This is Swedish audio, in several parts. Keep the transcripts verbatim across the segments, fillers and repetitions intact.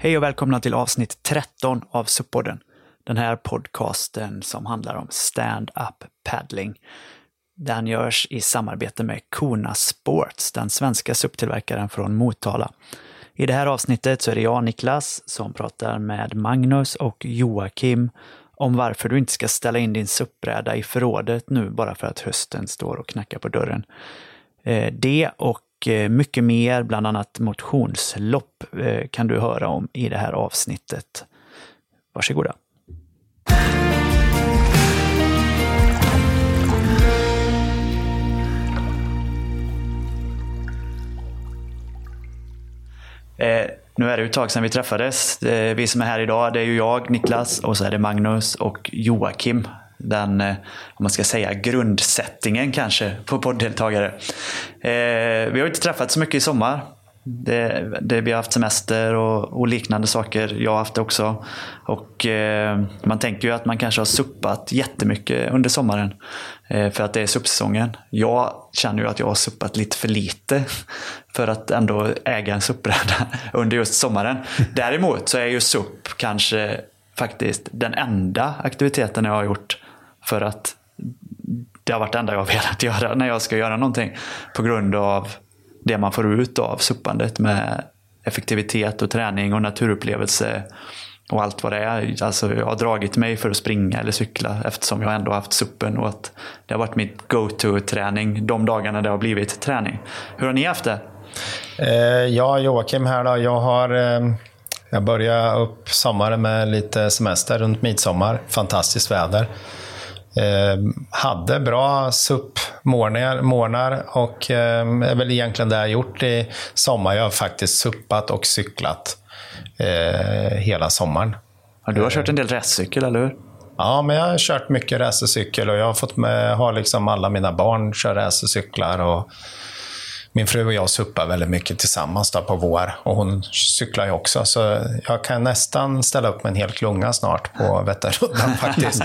Hej och välkomna till avsnitt tretton av SUP-podden. Den här podcasten som handlar om stand-up paddling. Den görs i samarbete med Kona Sports, den svenska SUP-tillverkaren från Motala. I det här avsnittet så är det jag, Niklas, som pratar med Magnus och Joakim om varför du inte ska ställa in din SUP-bräda i förrådet nu bara för att hösten står och knackar på dörren. Det och mycket mer, bland annat motionslopp, kan du höra om i det här avsnittet. Varsågoda. Eh, nu är det ju ett tag sedan vi träffades. Eh, vi som är här idag, det är ju jag, Niklas, och så är det Magnus och Joakim. Den, eh, om man ska säga, grundsättningen kanske på podddeltagare. Eh, vi har inte träffat så mycket i sommar. Det, det, vi har haft semester och, och liknande saker. Jag har haft det också. Och eh, man tänker ju att man kanske har suppat jättemycket under sommaren. Eh, för att det är suppsäsongen. Jag känner ju att jag har suppat lite för lite. För att ändå äga en suppbräda under just sommaren. Däremot så är ju supp kanske faktiskt den enda aktiviteten jag har gjort. För att det har varit det enda jag har velat göra när jag ska göra någonting. På grund av det man får ut av suppandet med effektivitet och träning och naturupplevelse och allt vad det är. Alltså jag har dragit mig för att springa eller cykla eftersom jag ändå har haft suppen och att det har varit mitt go-to-träning de dagarna det har blivit träning. Hur har ni haft det? Eh, ja, Joakim här då. Jag har... Eh... Jag började upp sommaren med lite semester runt midsommar. Fantastiskt väder. Eh, hade bra supp-morgnar och eh, är väl egentligen det jag gjort i sommar. Jag har faktiskt suppat och cyklat eh, hela sommaren. Ja, du har kört en del racercykel, eller hur? Ja, men jag har kört mycket racercykel och jag har fått med, har liksom alla mina barn kör racercyklar och min fru och jag suppar väldigt mycket tillsammans då på vår. Och hon cyklar ju också. Så jag kan nästan ställa upp med en hel klunga snart på Vätternrundan faktiskt.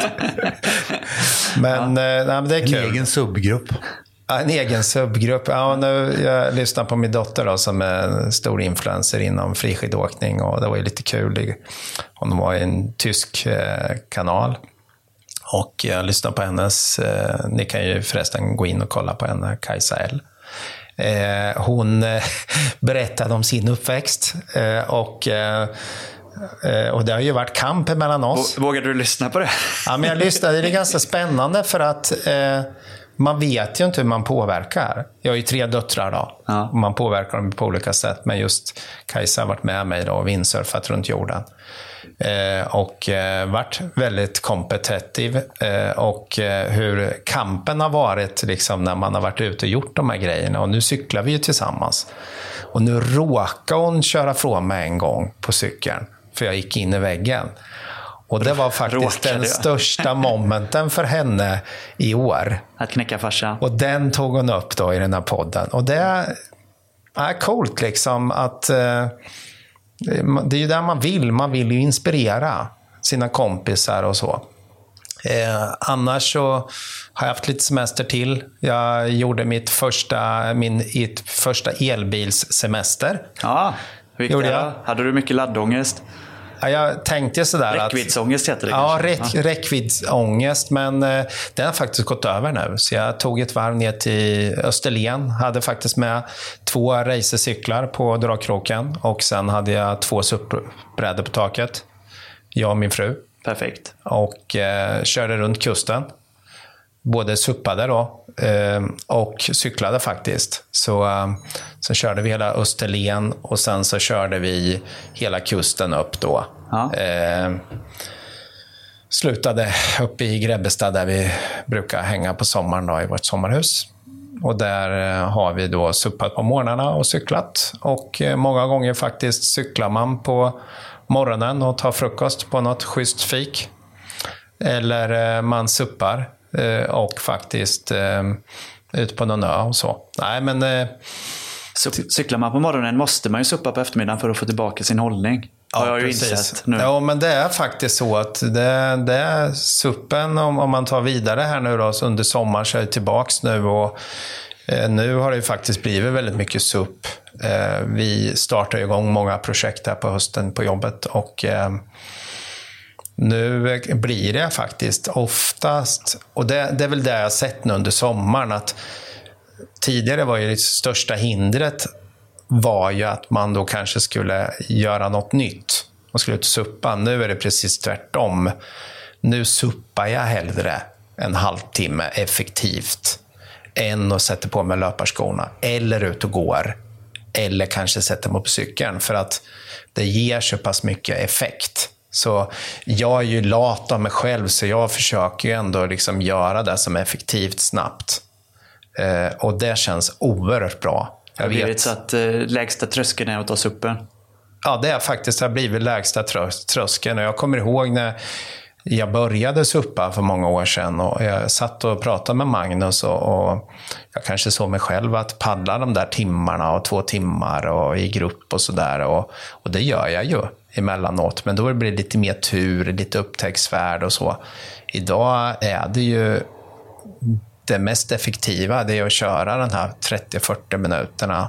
Men, ja. eh, nej, men det är kul. En egen subgrupp. Ja, en egen subgrupp. Ja, nu, jag lyssnar på min dotter då, som är en stor influencer inom friskidåkning. Och det var ju lite kul. Hon var i en tysk eh, kanal. Och jag lyssnar på hennes... Eh, ni kan ju förresten gå in och kolla på henne, Kajsa L. Eh, hon eh, berättade om sin uppväxt eh, och, eh, och det har ju varit kamp mellan oss. Vågar du lyssna på det? Ja, men jag lyssnade. Det är ganska spännande för att eh, man vet ju inte hur man påverkar. Jag har ju tre döttrar då. Ja. Man påverkar dem på olika sätt, men just Kajsa har varit med mig då och vindsurfat runt jorden. Eh, och eh, varit väldigt kompetitiv eh, och eh, hur kampen har varit liksom, när man har varit ute och gjort de här grejerna. Och nu cyklar vi ju tillsammans. Och nu råkade hon köra från mig en gång på cykeln, för jag gick in i väggen. Och det var faktiskt råkade, den ja. största momenten för henne i år. Att knäcka farsa. Och den tog hon upp då i den här podden. Och det är coolt liksom att... Eh, det är ju där man vill. Man vill ju inspirera sina kompisar och så. Eh, annars så har jag haft lite semester till. Jag gjorde mitt första, min it, första elbilssemester. Ja, hur gick det då? Hade du mycket laddångest? Ja, jag tänkte sådär att... Räckviddsångest heter det ja, kanske. Räck, räckviddsångest, men eh, den har faktiskt gått över nu. Så jag tog ett varv ner till Österlen. Hade faktiskt med två racercyklar på Dragkroken. Och sen hade jag två suppbrädor på taket. Jag och min fru. Perfekt. Och eh, körde runt kusten. Både suppade då eh, och cyklade faktiskt. Så, eh, så körde vi hela Österlen och sen så körde vi hela kusten upp då. Ja. Eh, slutade uppe i Grebbestad där vi brukar hänga på sommaren då, i vårt sommarhus. Och där eh, har vi då suppat på morgnarna och cyklat. Och eh, många gånger faktiskt cyklar man på morgonen och tar frukost på något schysst fik. Eller eh, man suppar. Och faktiskt eh, ut på någon ö och så. Nej, men... Eh, Cyklar man på morgonen måste man ju suppa på eftermiddagen för att få tillbaka sin hållning. Ja, har jag ju precis. insett nu. Ja, men det är faktiskt så att det, det är suppen, om, om man tar vidare här nu då, så under sommaren så är jag tillbaks nu och Eh, nu har det ju faktiskt blivit väldigt mycket S U P. Eh, vi startar igång många projekt här på hösten på jobbet och eh, nu blir det faktiskt oftast, och det, det är väl det jag har sett nu under sommaren, att tidigare var ju det största hindret var ju att man då kanske skulle göra något nytt och skulle ut suppa. Nu är det precis tvärtom. Nu suppar jag hellre en halvtimme effektivt än att sätta på mig löparskorna eller ut och går eller kanske sätta mig på cykeln, för att det ger så pass mycket effekt. Så jag är ju lat av mig själv, så jag försöker ju ändå liksom göra det som är effektivt snabbt. Eh, och det känns oerhört bra. Jag vet. Det har blivit så att eh, lägsta tröskeln är att ta suppen. Ja, det är faktiskt har blivit lägsta trö- tröskeln. Och jag kommer ihåg när jag började suppa för många år sedan och jag satt och pratade med Magnus och, och jag kanske såg mig själv att paddla de där timmarna och två timmar och i grupp och sådär. Och, och det gör jag ju emellanåt, men då blir det lite mer tur, lite upptäcktsfärd och så. Idag är det ju det mest effektiva, det är att köra den här trettio till fyrtio minuterna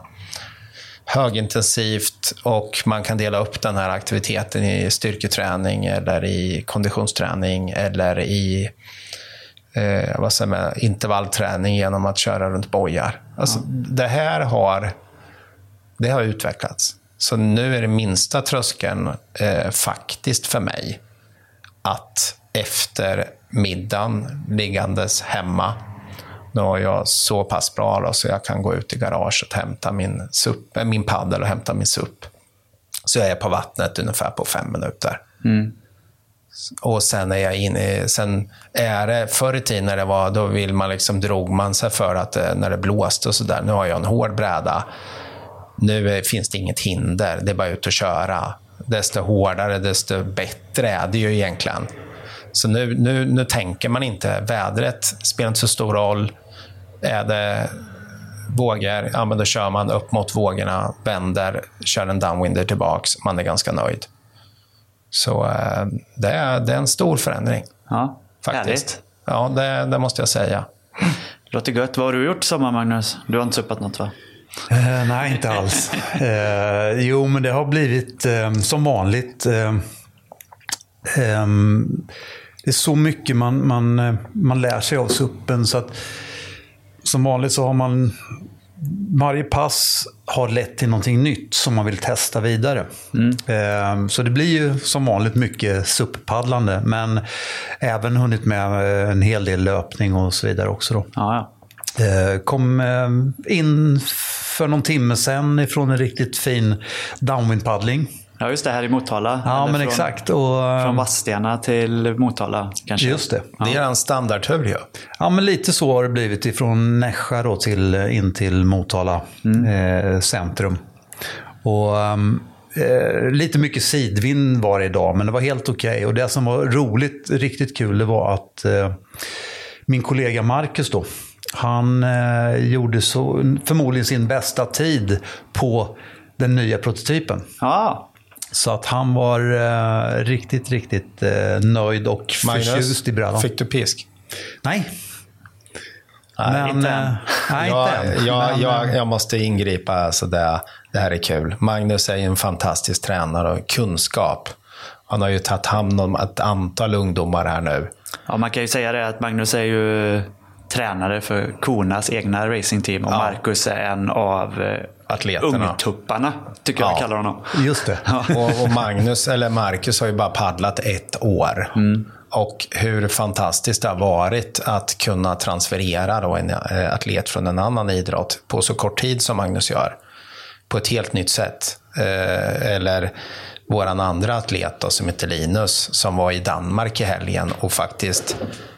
högintensivt, och man kan dela upp den här aktiviteten i styrketräning eller i konditionsträning eller i eh, vad säger man, intervallträning genom att köra runt bojar. Alltså, ja. Det här har det har utvecklats. Så nu är det minsta tröskeln eh, faktiskt för mig att efter middagen liggandes hemma, nu har jag så pass bra då, så jag kan gå ut i garaget och hämta min, supp, min paddel och hämta min supp. Så jag är på vattnet ungefär på fem minuter. Mm. Och sen är jag inne, sen är det förr i tiden när det var, då vill man liksom, drog man sig för att när det blåste och sådär. Nu har jag en hård bräda. Nu finns det inget hinder, det är bara ut och köra. Desto hårdare, desto bättre är det ju egentligen. Så nu, nu, nu tänker man inte, vädret spelar inte så stor roll. Är det vågor, ja men då kör man upp mot vågorna, vänder, kör en downwinder tillbaks, man är ganska nöjd. Så eh, det, är, det är en stor förändring. Ja, faktiskt. Härligt. Ja, det, det måste jag säga. Låter gött. Vad har du gjort i sommar, Magnus? Du har inte suppat något, va? Eh, nej, inte alls. eh, jo, men det har blivit eh, som vanligt. Eh, eh, det är så mycket man, man, man lär sig av suppen, så att som vanligt så har man varje pass har lett till någonting nytt som man vill testa vidare. Mm. Så det blir ju som vanligt mycket suppaddlande, men även hunnit med en hel del löpning och så vidare också då. Ja, ja. Kom in för någon timme sedan ifrån en riktigt fin downwind-paddling. Ja, just det, här i Motala. Ja, men från, exakt. Och, från Vadstena till Motala kanske. Just det. Ja. Det är en standardtur, ja. Ja, men lite så har det blivit ifrån Nässjö då till, in till Motala mm. eh, centrum. Och eh, lite mycket sidvind var det idag, men det var helt okej. Okay. Och det som var roligt, riktigt kul, det var att eh, min kollega Marcus då, han eh, gjorde så, förmodligen sin bästa tid på den nya prototypen. Ja. Så att han var eh, riktigt, riktigt eh, nöjd och Magnus, förtjust i brädan. Fick du pisk? Nej. Nej, men, inte äh, nej, jag, inte än. jag, men, jag, jag måste ingripa. Alltså det, det här är kul. Magnus är en fantastisk tränare och kunskap. Han har ju tagit hand om ett antal ungdomar här nu. Ja, man kan ju säga det att Magnus är ju tränare för Konas egna racingteam och ja. Marcus är en av atleterna. Ungtupparna, tycker jag ja. kallar honom. Just det. Ja. och, och Magnus, eller Marcus, har ju bara paddlat ett år. Mm. Och hur fantastiskt det har varit att kunna transferera då en atlet från en annan idrott på så kort tid som Magnus gör. På ett helt nytt sätt. Eh, eller våran andra atlet då, som heter Linus, som var i Danmark i helgen och faktiskt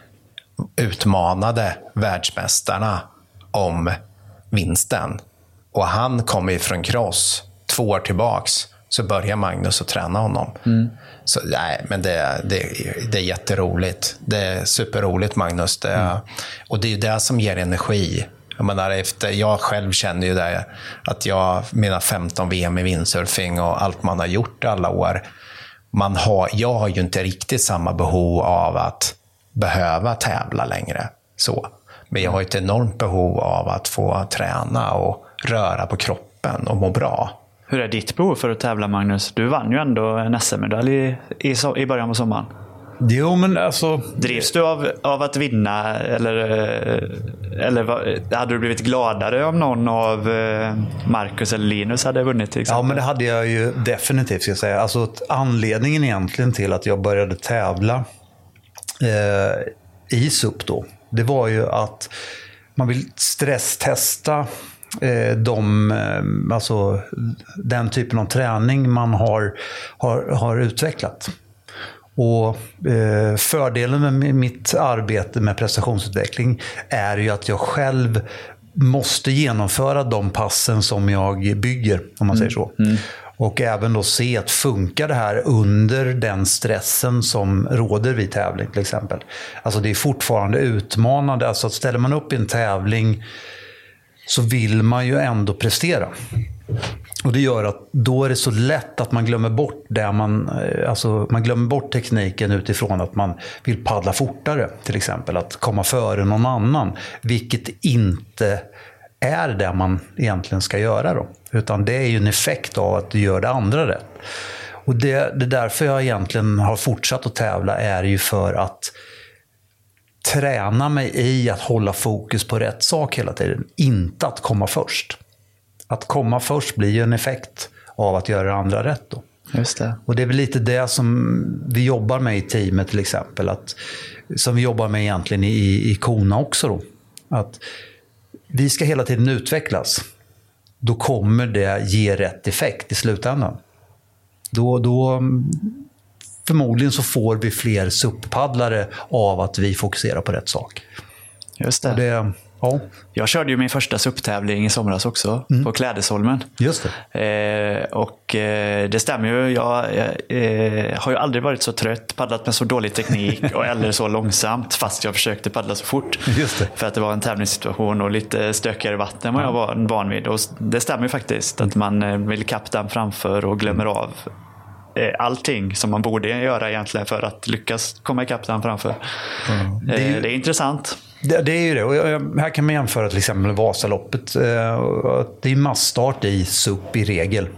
utmanade världsmästarna om vinsten. Och han kom ju från cross två år tillbaks, så börjar Magnus att träna honom. Mm. Så nej, men det, det, det är jätteroligt. Det är superroligt, Magnus. Det, mm. Och det är ju det som ger energi. Jag menar, efter, jag själv känner ju det, att jag, mina femton V M i windsurfing och allt man har gjort alla år, man har, jag har ju inte riktigt samma behov av att behöva tävla längre. Så. Men jag har ett enormt behov av att få träna och röra på kroppen och må bra. Hur är ditt behov för att tävla, Magnus? Du vann ju ändå en S M-medalj i, i, i början av sommaren. Jo, men alltså... Drivs du av, av att vinna eller, eller hade du blivit gladare om någon av Marcus eller Linus hade vunnit till exempel? Ja, men det hade jag ju definitivt, ska jag säga. Alltså, anledningen egentligen till att jag började tävla eh, i S U P då, det var ju att man vill stresstesta eh, de, eh, alltså, den typen av träning man har, har, har utvecklat. Och eh, fördelen med mitt arbete med prestationsutveckling är ju att jag själv måste genomföra de passen som jag bygger, om man säger så. Mm. Och även då se att funkar det här under den stressen som råder vid tävling till exempel. Alltså det är fortfarande utmanande. Alltså att ställer man upp i en tävling så vill man ju ändå prestera. Och det gör att då är det så lätt att man glömmer bort det man, alltså man glömmer bort tekniken utifrån att man vill paddla fortare till exempel, att komma före någon annan, vilket inte är det man egentligen ska göra då, utan det är ju en effekt av att du gör det andra rätt. Och det, det är därför jag egentligen har fortsatt att tävla, är ju för att träna mig i att hålla fokus på rätt sak hela tiden, inte att komma först. Att komma först blir ju en effekt av att göra det andra rätt då. Just det. Och det är väl lite det som vi jobbar med i teamet till exempel. Att, som vi jobbar med egentligen i, i Kona också då. Att vi ska hela tiden utvecklas. Då kommer det ge rätt effekt i slutändan. Då, då förmodligen så får vi fler S U P-paddlare av att vi fokuserar på rätt sak. Just det. Och det ja. Jag körde ju min första S U P-tävling i somras också, mm. på Klädesholmen. Just det. Eh, och eh, det stämmer ju. Jag eh, har ju aldrig varit så trött, paddlat med så dålig teknik och eller så långsamt, fast jag försökte paddla så fort. Just det. För att det var en tävlingssituation och lite stökigare vatten än vad jag var van vid. Och det stämmer ju faktiskt att man vill kapta den framför och glömmer av allting som man borde göra egentligen för att lyckas komma i kapten framför. Mm. Det, är ju, det är intressant. Det, det är ju det. Och här kan man jämföra till exempel med Vasaloppet. Det är massstart i S U P i regel.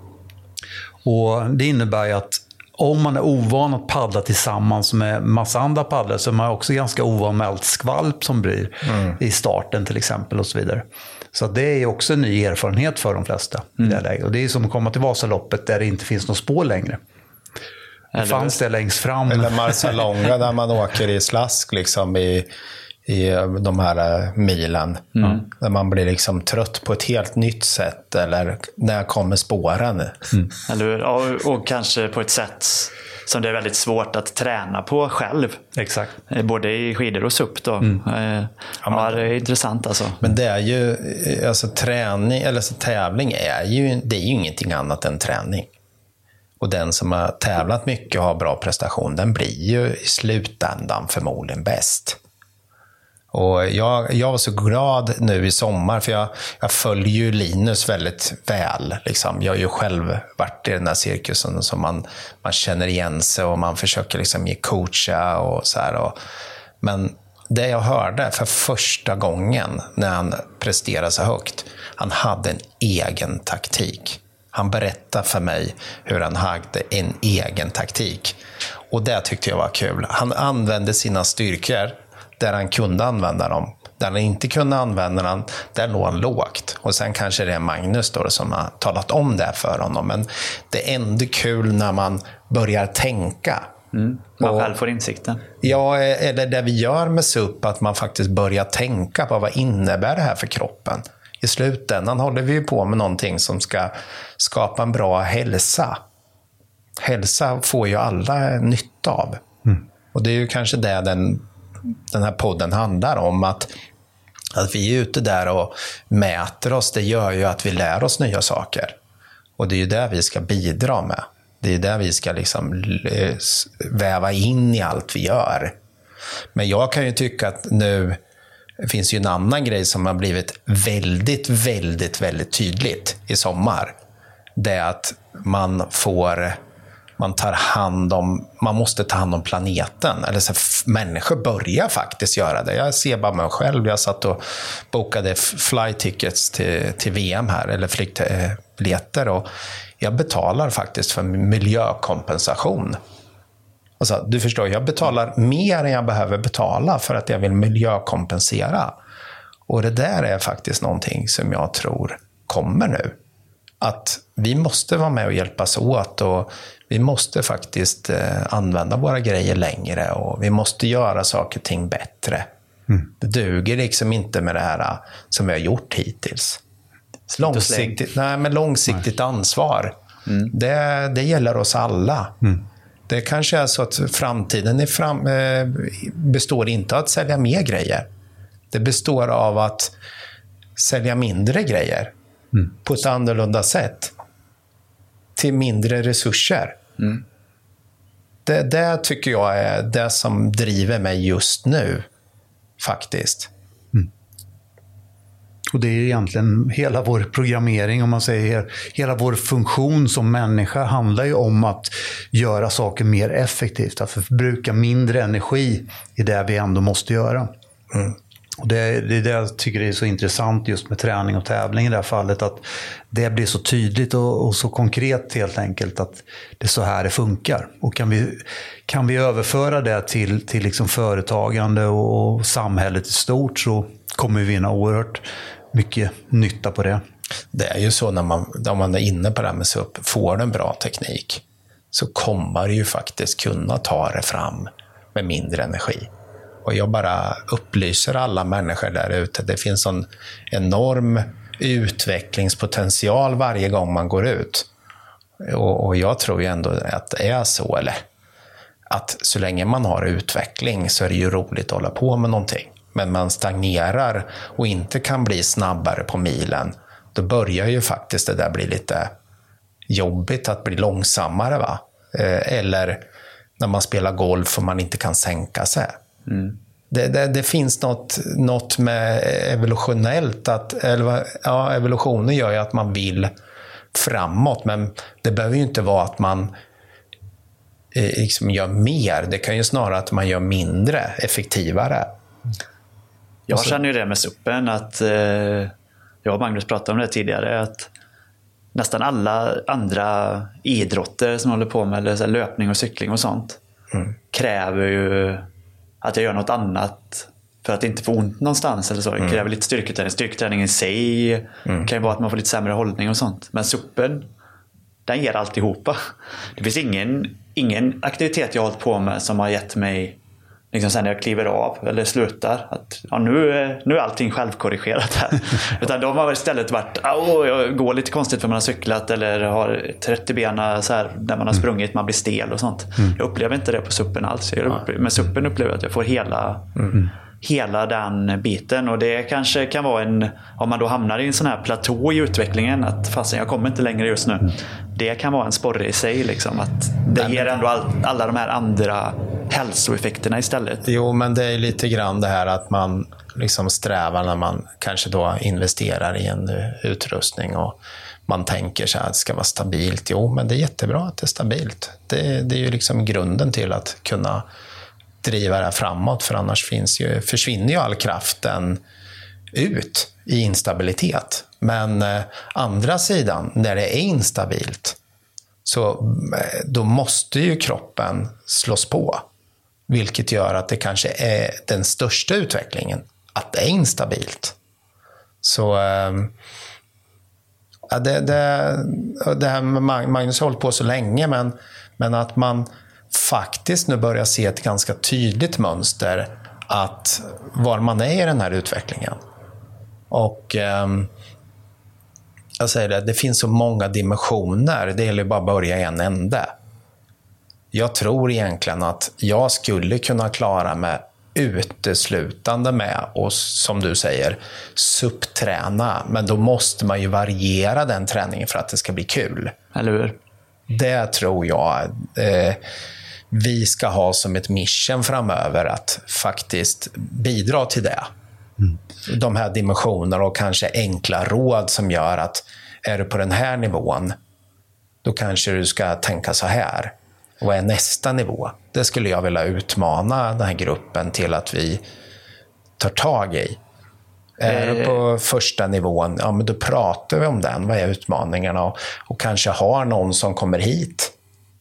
Och det innebär ju att om man är ovan att paddla tillsammans med massa andra paddlare, så är man också ganska ovan med allt skvalp som blir mm. i starten till exempel och så vidare. Så det är också en ny erfarenhet för de flesta mm. i det läget. Och det är som att komma till Vasaloppet där det inte finns något spår längre. Det fanns det längst fram. Eller Marcialonga där man åker i slask liksom i, i de här milen. Mm. Där man blir liksom trött på ett helt nytt sätt. Eller när kommer spåren. Mm. Eller, och, och kanske på ett sätt som det är väldigt svårt att träna på själv. Exakt. Både i skidor och S U P då. Mm. Ja, ja, det är intressant alltså. Men det är ju, alltså träning, eller så tävling är ju, det är ju ingenting annat än träning. Och den som har tävlat mycket och har bra prestation, den blir ju i slutändan förmodligen bäst. Och jag, jag var så glad nu i sommar, för jag, jag följer ju Linus väldigt väl. Liksom. Jag har ju själv varit i den här cirkusen som man, man känner igen sig och man försöker liksom ge coacha och så här. Och, men det jag hörde för första gången när han presterade så högt, han hade en egen taktik. Han berättade för mig hur han hade en egen taktik. Och det tyckte jag var kul. Han använde sina styrkor där han kunde använda dem. Där han inte kunde använda dem, där låg han lågt. Och sen kanske det är Magnus då som har talat om det för honom. Men det är ändå kul när man börjar tänka. Mm. Man och, själv får insikten. Ja, eller det vi gör med S U P, att man faktiskt börjar tänka på vad innebär det här för kroppen. I slutändan håller vi ju på med någonting som ska skapa en bra hälsa. Hälsa får ju alla nytta av. Mm. Och det är ju kanske det den, den här podden handlar om. Att, att vi är ute där och mäter oss, det gör ju att vi lär oss nya saker. Och det är ju det vi ska bidra med. Det är där vi ska liksom väva in i allt vi gör. Men jag kan ju tycka att nu finns ju en annan grej som har blivit väldigt, väldigt, väldigt tydligt i sommar. Det är att man får man tar hand om, man måste ta hand om planeten. Eller så f- människor börjar faktiskt göra det. Jag ser bara mig själv. Jag satt och bokade fly tickets till, till V M här, eller flygbiljetter, och jag betalar faktiskt för miljökompensation. Alltså, du förstår, jag betalar mer än jag behöver betala för att jag vill miljökompensera. Och det där är faktiskt någonting som jag tror kommer nu. Att vi måste vara med och hjälpas åt, och vi måste faktiskt eh, använda våra grejer längre, och vi måste göra saker och ting bättre. Mm. Det duger liksom inte med det här som vi har gjort hittills. Långsiktigt, nej, men långsiktigt nej. ansvar. Mm. Det, det gäller oss alla. Mm. Det kanske är så att framtiden är fram, eh, består inte av att sälja mer grejer. Det består av att sälja mindre grejer. Mm. På ett annorlunda sätt. Till mindre resurser. Mm. Det, det tycker jag är det som driver mig just nu. Faktiskt. Mm. Och det är egentligen hela vår programmering, om man säger, hela vår funktion som människa handlar ju om att göra saker mer effektivt. Att förbruka mindre energi i det vi ändå måste göra. Mm. Och det, det är det jag tycker är så intressant just med träning och tävling i det här fallet. Att det blir så tydligt och, och så konkret helt enkelt att det är så här det funkar. Och kan vi, kan vi överföra det till, till liksom företagande och, och samhället i stort, så kommer vi vinna oerhört mycket nytta på det. Det är ju så när man, när man är inne på det här med S U P, får en bra teknik, så kommer det ju faktiskt kunna ta det fram med mindre energi. Och jag bara upplyser alla människor där ute. Det finns en enorm utvecklingspotential varje gång man går ut. Och, och jag tror ju ändå att det är så. Eller att så länge man har utveckling så är det ju roligt att hålla på med någonting. Men man stagnerar och inte kan bli snabbare på milen. Då börjar ju faktiskt det där bli lite jobbigt att bli långsammare, va? Eller när man spelar golf och man inte kan sänka sig. Mm. Det, det, det finns något, något med evolutionellt att, eller, ja, evolutionen gör ju att man vill framåt, men det behöver ju inte vara att man eh, liksom gör mer. Det kan ju snarare att man gör mindre, effektivare. Jag så, känner ju det med suppen att eh, jag och Magnus pratade om det tidigare, att nästan alla andra idrotter som håller på med, eller så här, löpning och cykling och sånt, mm. kräver ju att jag gör något annat för att inte få ont någonstans eller så. Det kräver mm. lite styrketräning. Styrketräning i sig mm. kan ju vara att man får lite sämre hållning och sånt. Men suppen, den ger alltihopa. Det finns ingen, ingen aktivitet jag har hållit på med som har gett mig, liksom sen när jag kliver av eller slutar, att ja, nu, nu är allting självkorrigerat här. Utan de har istället varit, åh, jag går lite konstigt för man har cyklat eller har trettio bena så här, när man har sprungit, man blir stel och sånt. Mm. Jag upplever inte det på suppen alls. Jag upplever, med suppen upplever jag att jag får hela, mm. hela den biten. Och det kanske kan vara en, om man då hamnar i en sån här platå i utvecklingen, att fastän jag kommer inte längre just nu. Mm. Det kan vara en sporre i sig, liksom, att det ger ändå all, alla de här andra hälsoeffekterna istället. Jo, men det är lite grann det här att man liksom strävar när man kanske då investerar i en utrustning och man tänker så här att det ska vara stabilt. Jo, men det är jättebra att det är stabilt. Det, det är ju liksom grunden till att kunna driva det här framåt, för annars finns ju, försvinner ju all kraften ut i instabilitet. Men eh, andra sidan, när det är instabilt, så eh, då måste ju kroppen slås på. Vilket gör att det kanske är den största utvecklingen, att det är instabilt. Så eh, ja, det, det, det här med Magnus har hållit på så länge, men, men att man faktiskt nu börjar se ett ganska tydligt mönster att var man är i den här utvecklingen. Och eh, jag säger det, det finns så många dimensioner. Det gäller bara att börja i en ände. Jag tror egentligen att jag skulle kunna klara mig uteslutande med, och som du säger, subträna. Men då måste man ju variera den träningen för att det ska bli kul. Eller hur? Det tror jag eh, vi ska ha som ett mission framöver, att faktiskt bidra till det. Mm. De här dimensionerna och kanske enkla råd som gör att är du på den här nivån, då kanske du ska tänka så här. Vad är nästa nivå? Det skulle jag vilja utmana den här gruppen till att vi tar tag i. Är du på första nivån, ja men då pratar vi om den. Vad är utmaningarna? Och, och kanske har någon som kommer hit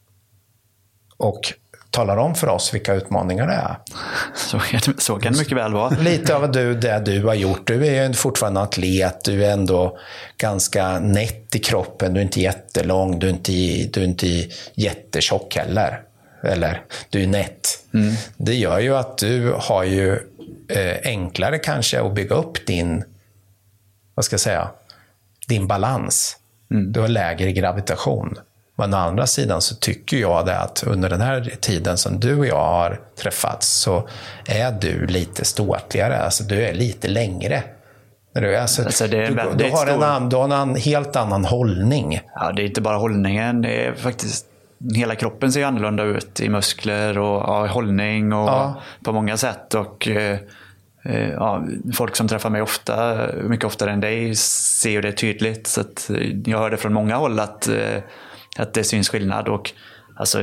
och talar om för oss vilka utmaningar det är. Så kan, så kan det mycket väl vara. Lite av du, det du har gjort. Du är ju fortfarande atlet. Du är ändå ganska nätt i kroppen. Du är inte jättelång. Du är inte, du är inte jättetjock heller. Eller du är nätt. Mm. Det gör ju att du har ju eh, enklare kanske att bygga upp din, vad ska jag säga, din balans. Mm. Du har lägre gravitation. Men å andra sidan så tycker jag det att under den här tiden som du och jag har träffats så är du lite ståtligare. Alltså du är lite längre. Du, alltså, alltså det är du, du, har en an, du har en helt annan hållning. Ja, det är inte bara hållningen. Det är faktiskt hela kroppen ser annorlunda ut i muskler och ja, hållning och ja. På många sätt. Och eh, ja, folk som träffar mig ofta, mycket oftare än dig, ser ju det tydligt. Så att jag hör det från många håll att eh, att det syns skillnad. Och alltså,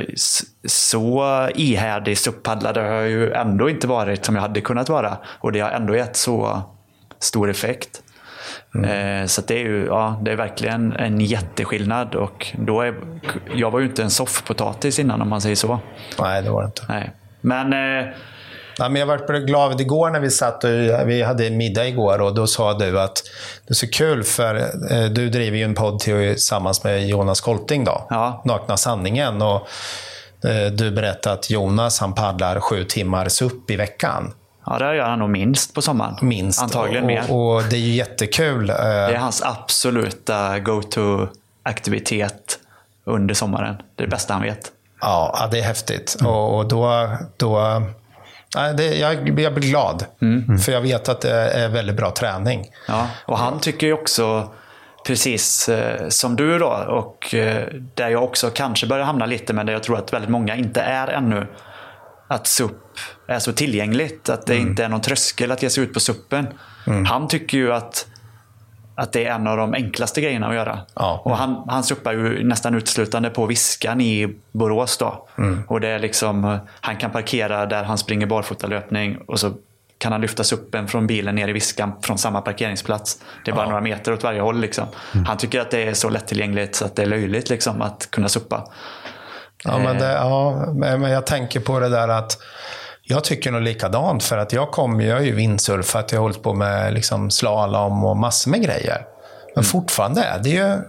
så ihärdig suppaddlare har jag ju ändå inte varit som jag hade kunnat vara. Och det har ändå gett så stor effekt. Mm. Eh, så att det är ju ja, det är verkligen en jätteskillnad. Och då är, jag var ju inte en soffpotatis innan, om man säger så. Nej, det var det inte. Nej. Men... Eh, Ja, men jag var glad igår när vi satt och vi hade middag igår och då sa du att det är så kul för eh, du driver ju en podd tillsammans med Jonas Kolting då, ja. Nakna sanningen, och eh, du berättade att Jonas han paddlar sju timmar supp i veckan. Ja, det gör han nog minst på sommaren. Minst. Antagligen och, mer. Och, och det är ju jättekul. Eh, det är hans absoluta go-to-aktivitet under sommaren. Det är det bästa han vet. Ja, det är häftigt. Mm. Och, och då... då Nej, det, jag, jag blir glad. Mm. För jag vet att det är väldigt bra träning. Ja, och han tycker ju också precis eh, som du då. Och eh, där jag också kanske börjar hamna lite, men där jag tror att väldigt många inte är ännu. Att supp är så tillgängligt. Att det mm. inte är någon tröskel att ge sig ut på suppen. Mm. Han tycker ju att att det är en av de enklaste grejerna att göra. Ja. Och han, han suppar ju nästan uteslutande på Viskan i Borås då. Mm. Och det är liksom, han kan parkera där han springer barfotalöpning och så kan han lyfta suppen från bilen ner i Viskan från samma parkeringsplats. Det är bara ja. några meter åt varje håll liksom. Mm. Han tycker att det är så lättillgängligt så att det är löjligt liksom att kunna suppa. Ja, men, det, ja, men jag tänker på det där att jag tycker nog likadant, för att jag kom, jag är ju windsurfat, jag har hållit på med liksom slalom och massor med grejer. Men mm. fortfarande är det ju,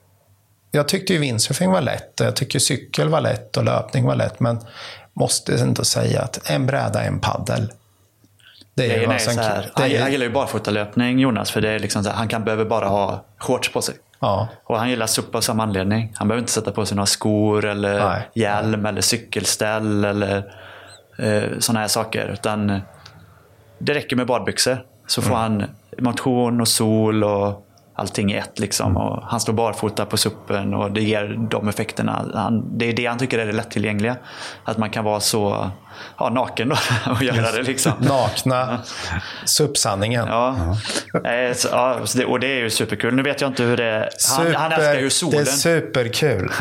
jag tyckte ju windsurfing var lätt och jag tycker cykel var lätt och löpning var lätt, men måste inte säga att en bräda är en paddel. Det är, det är alltså så här, det är, han gillar ju barfotalöpning, Jonas, för det är liksom så här, han kan behöver bara ha shorts på sig. Ja. Och han gillar suppa av samma anledning. Han behöver inte sätta på sig några skor eller Nej. hjälm eller cykelställ eller sådana här saker, utan det räcker med badbyxor så får mm. han motion och sol och allting i ett liksom. Och han står barfota på suppen och det ger de effekterna. Han, det är det han tycker är det lättillgängliga, att man kan vara så ja, naken då, och göra Just. det liksom. Nakna suppsanningen. Ja. Ja. Så, ja, och det är ju superkul. Nu vet jag inte hur det är. Han, Super, han älskar ju solen. Det är superkul.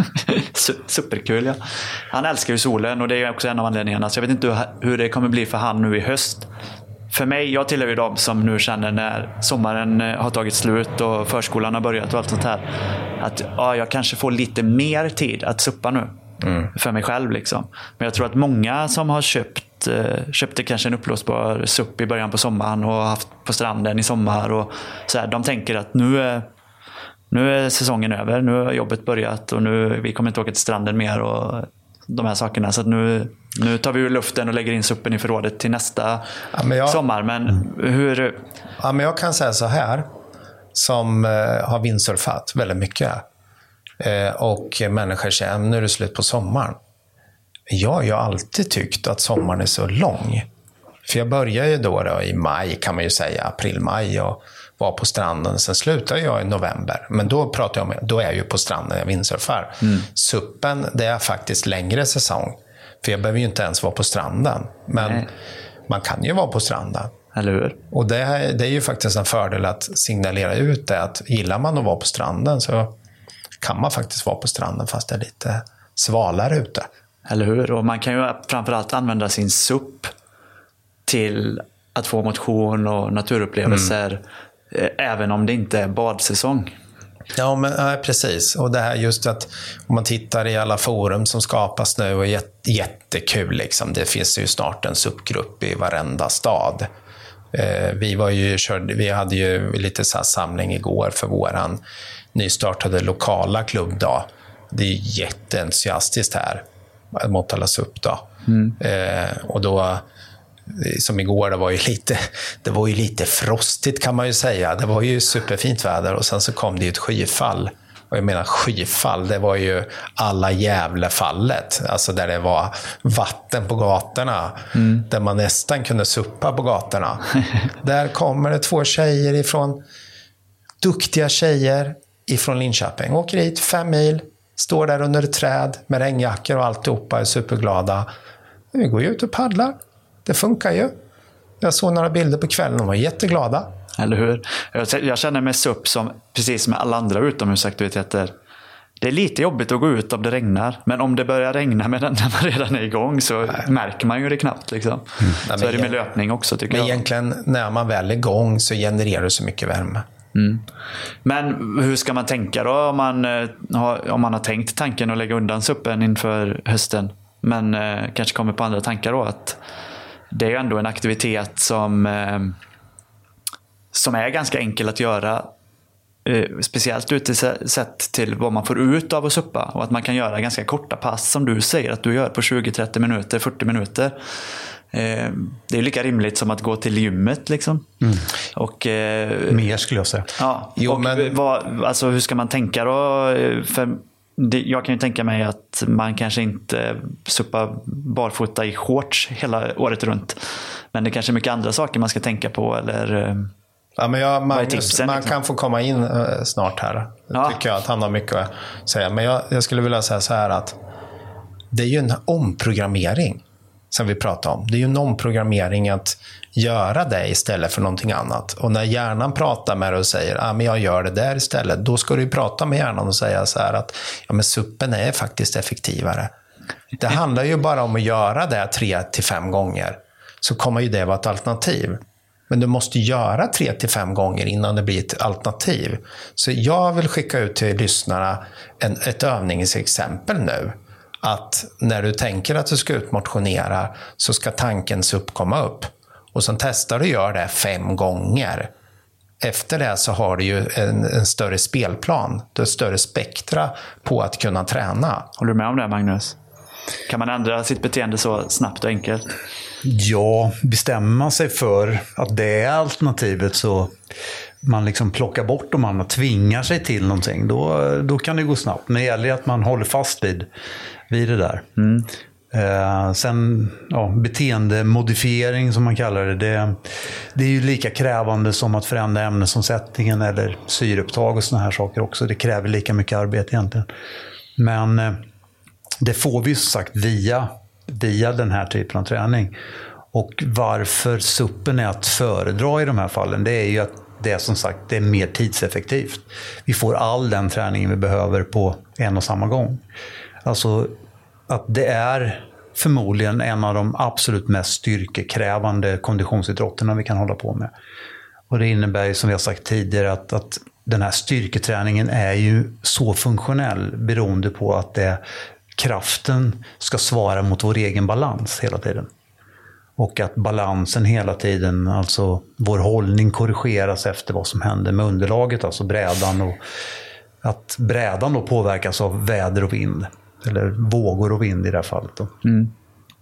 Superkul, ja. Han älskar ju solen och det är också en av anledningarna. Så jag vet inte hur det kommer bli för han nu i höst. För mig, jag tillhör ju de som nu känner när sommaren har tagit slut och förskolan har börjat och allt sånt här, att ja, jag kanske får lite mer tid att suppa nu. Mm. För mig själv liksom. Men jag tror att många som har köpt eh, köpte kanske en upplåsbar supp i början på sommaren och haft på stranden i sommar och så här, de tänker att nu är, nu är säsongen över, nu har jobbet börjat och nu vi kommer inte åka till stranden mer och de här sakerna, så att nu, nu tar vi ur luften och lägger in suppen i förrådet till nästa ja, men jag, sommar. Men mm. hur... Ja, men jag kan säga så här, som eh, har windsurfat väldigt mycket eh, och människor säger nu är det slut på sommaren. Jag har ju alltid tyckt att sommaren är så lång. För jag börjar ju då, då i maj, kan man ju säga, april-maj, och var på stranden. Sen slutar jag i november. Men då pratar jag om, då är jag ju på stranden, jag windsurfar. Mm. Suppen, det är faktiskt längre säsong. För jag behöver ju inte ens vara på stranden. Men Nej. man kan ju vara på stranden. Eller hur? Och det, det är ju faktiskt en fördel att signalera ut det. Att gillar man att vara på stranden så kan man faktiskt vara på stranden fast det är lite svalare ute. Eller hur? Och man kan ju framförallt använda sin S U P till att få motion och naturupplevelser mm. även om det inte är badsäsong. Ja, men ja, precis. Och det här just att om man tittar i alla forum som skapas nu och jätte, jättekul liksom. Det finns ju snart en S U P-grupp i varenda stad. Eh, vi var ju körde, vi hade ju lite så här samling igår för våran nystartade lokala klubb då. Det är jätteentusiastiskt här mot alla S U P då. Mm. Eh, och då som igår, det var ju lite det var ju lite frostigt kan man ju säga. Det var ju superfint väder och sen så kom det ju ett skyfall. Och jag menar skyfall, det var ju alla Gävlefallet. Alltså där det var vatten på gatorna. Mm. Där man nästan kunde suppa på gatorna. Där kommer det två tjejer ifrån, duktiga tjejer ifrån Linköping. Åker hit fem mil, står där under ett träd med regnjackor och alltihopa, är superglada. Vi går ju ut och paddlar. Det funkar ju. Jag såg några bilder på kvällen och var jätteglada. Eller hur? Jag känner mig S U P som, precis som alla andra utomhusaktiviteter. Det är lite jobbigt att gå ut om det regnar. Men om det börjar regna medan man redan är igång så Nej. märker man ju det knappt. Liksom. Mm. Så Nej, är det med löpning också tycker men jag. Men egentligen när man väl är igång så genererar det så mycket värme. Mm. Men hur ska man tänka då om man har, om man har tänkt tanken att lägga undan S U P:en inför hösten? Men eh, kanske kommer på andra tankar då att det är ju ändå en aktivitet som, eh, som är ganska enkel att göra. Eh, speciellt utsett till vad man får ut av att suppa. Och att man kan göra ganska korta pass som du säger att du gör på tjugo till trettio minuter, fyrtio minuter. Eh, det är lika rimligt som att gå till gymmet liksom. Mm. Och, eh, Mer skulle jag säga. Ja, jo, och men... vad, alltså, hur ska man tänka då? För det, jag kan ju tänka mig att man kanske inte suppar barfota i shorts hela året runt. Men det kanske är mycket andra saker man ska tänka på. Eller, ja, men jag, man, tipsen, man liksom? kan få komma in uh, snart här. Ja. Tycker jag att han har mycket att säga. Men jag, jag skulle vilja säga så här att det är ju en omprogrammering som vi pratar om. Det är ju en omprogrammering att göra det istället för någonting annat. Och när hjärnan pratar med dig och säger ah, men jag gör det där istället, då ska du ju prata med hjärnan och säga så här att ja, men suppen är faktiskt effektivare. Det handlar ju bara om att göra det tre till fem gånger, så kommer ju det vara ett alternativ. Men du måste göra tre till fem gånger innan det blir ett alternativ. Så jag vill skicka ut till lyssnarna en, ett övningsexempel nu. Att när du tänker att du ska utmotionera så ska tanken S U P komma upp. Och sen testar du att göra det fem gånger. Efter det så har du ju en, en större spelplan. Du har ett större spektra på att kunna träna. Håller du med om det, Magnus? Kan man ändra sitt beteende så snabbt och enkelt? Ja, bestämmer man sig för att det är alternativet så man liksom plockar bort dem andra, tvingar sig till någonting, då, då kan det gå snabbt. Men det gäller att man håller fast vid, vid det där. Mm. Eh, sen ja, beteendemodifiering som man kallar det, det, det är ju lika krävande som att förändra ämnesomsättningen eller syreupptag och såna här saker också. Det kräver lika mycket arbete egentligen. Men eh, det får vi som sagt via, via den här typen av träning. Och varför suppen är att föredra i de här fallen, det är ju att det är som sagt det är mer tidseffektivt. Vi får all den träningen vi behöver på en och samma gång. Alltså att det är förmodligen en av de absolut mest styrkekrävande konditionsidrotterna vi kan hålla på med. Och det innebär ju, som vi har sagt tidigare, att, att den här styrketräningen är ju så funktionell beroende på att det, kraften ska svara mot vår egen balans hela tiden. Och att balansen hela tiden, alltså vår hållning korrigeras efter vad som händer med underlaget, alltså brädan. Och att brädan då påverkas av väder och vind. Eller vågor och vind i det här fallet då. Mm.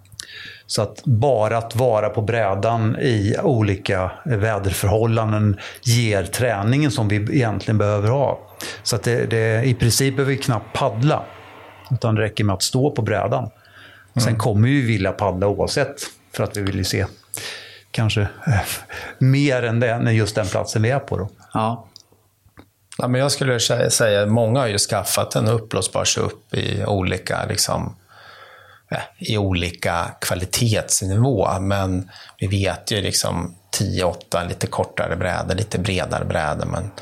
Så att bara att vara på brädan i olika väderförhållanden ger träningen som vi egentligen behöver ha. Så att det, det, i princip behöver vi knappt paddla. Utan det räcker med att stå på brädan. Mm. Sen kommer vi vilja paddla oavsett. För att vi vill se kanske eh, mer än, det, än just den platsen vi är på då. Ja. Ja, men jag skulle säga att många har ju skaffat en uppblåsbar S U P i olika, liksom, eh, i olika kvalitetsnivå. Men vi vet ju liksom tio åtta lite kortare brädor, lite bredare brädor. Men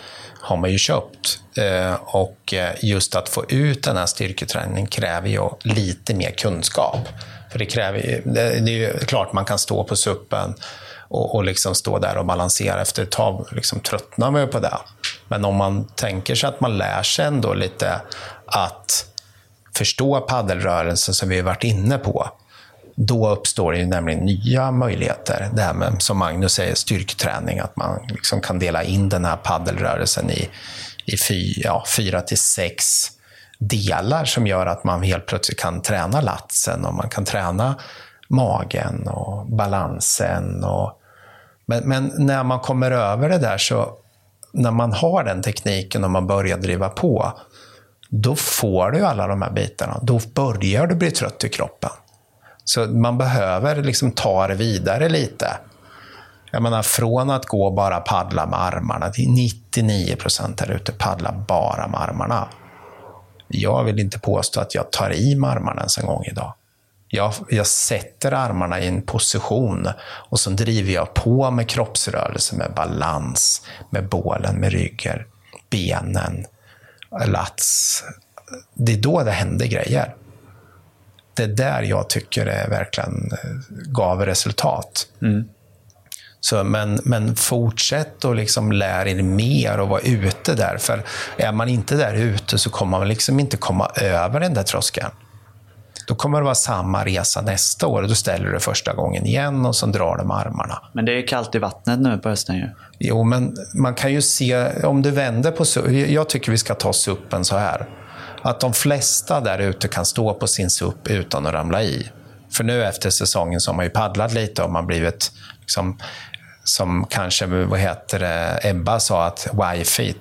har man ju köpt. Och just att få ut den här styrketräningen kräver ju lite mer kunskap. För det kräver det är ju klart man kan stå på suppen och, och liksom stå där och balansera. Efter ett tag liksom tröttnar man ju på det. Men om man tänker sig att man lär sig ändå lite att förstå paddelrörelsen som vi har varit inne på, då uppstår det ju nämligen nya möjligheter. Det här med, som Magnus säger, styrketräning, att man liksom kan dela in den här paddelrörelsen i, i fy, ja, fyra till sex delar som gör att man helt plötsligt kan träna latsen och man kan träna magen och balansen. Och, men, men när man kommer över det där, så när man har den tekniken och man börjar driva på, då får du alla de här bitarna. Då börjar du bli trött i kroppen. Så man behöver liksom ta det vidare lite. Jag menar, från att gå bara paddla med armarna till nittionio procent där ute paddla bara med armarna. Jag vill inte påstå att jag tar i med armarna ens en gång idag. Jag, jag sätter armarna i en position och så driver jag på med kroppsrörelse, med balans, med bålen, med ryggen, benen, lats. Det är då det händer grejer. Det är där jag tycker det verkligen gav resultat. Mm. Så, men, men fortsätt och liksom lär er mer och vara ute där. För är man inte där ute så kommer man liksom inte komma över den där tröskeln. Då kommer det vara samma resa nästa år och då ställer du första gången igen och så drar du med armarna. Men det är kallt i vattnet nu på hösten ju. Jo, men man kan ju se, om du vänder på, jag tycker vi ska ta suppen så här. Att de flesta där ute kan stå på sin supp utan att ramla i. För nu efter säsongen så har man ju paddlat lite och man blivit liksom, som kanske, vad heter det, Ebba sa att wifi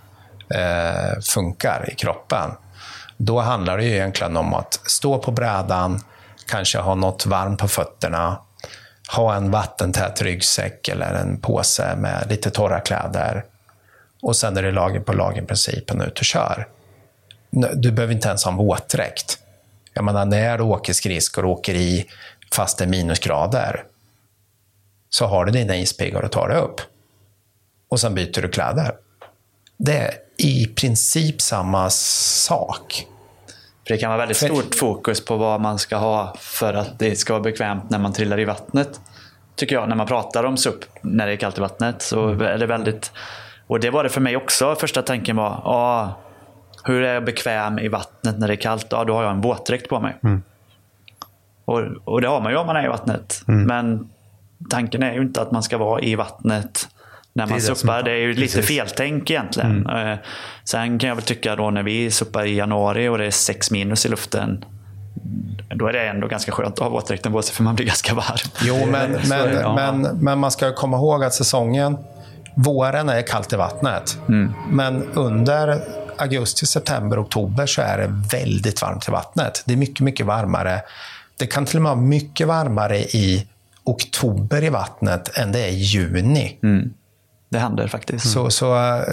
eh, funkar i kroppen. Då handlar det ju egentligen om att stå på brädan, kanske ha något varmt på fötterna, ha en vattentät ryggsäck eller en påse med lite torra kläder. Och sen är det lager på lager-principen ut och kör. Du behöver inte ens ha en våtdräkt. Jag menar, när du åker skridskor och åker i fast det är minusgrader, så har du dina ispiggar och tar det upp. Och sen byter du kläder. Det är i princip samma sak. För det kan vara väldigt för... stort fokus på vad man ska ha för att det ska vara bekvämt när man trillar i vattnet. Tycker jag, när man pratar om supp när det är kallt i vattnet, så är det väldigt... Och det var det för mig också. Första tanken var, ah, hur är jag bekväm i vattnet när det är kallt? Ja, då har jag en våtdräkt på mig. Mm. Och, och det har man ju om man är i vattnet. Mm. Men tanken är ju inte att man ska vara i vattnet när man det suppar. Det är ju lite Precis. feltänk egentligen. Mm. Sen kan jag väl tycka då när vi suppar i januari och det är sex minus i luften, då är det ändå ganska skönt att ha våtdräkten på sig för man blir ganska varm. Jo, men, men, ja. men, men man ska komma ihåg att säsongen, våren är kallt i vattnet. Mm. Men under augusti, september, oktober så är det väldigt varmt i vattnet. Det är mycket, mycket varmare. Det kan till och med vara mycket varmare i oktober i vattnet än det är i juni. Mm. Det händer faktiskt. Så, så äh,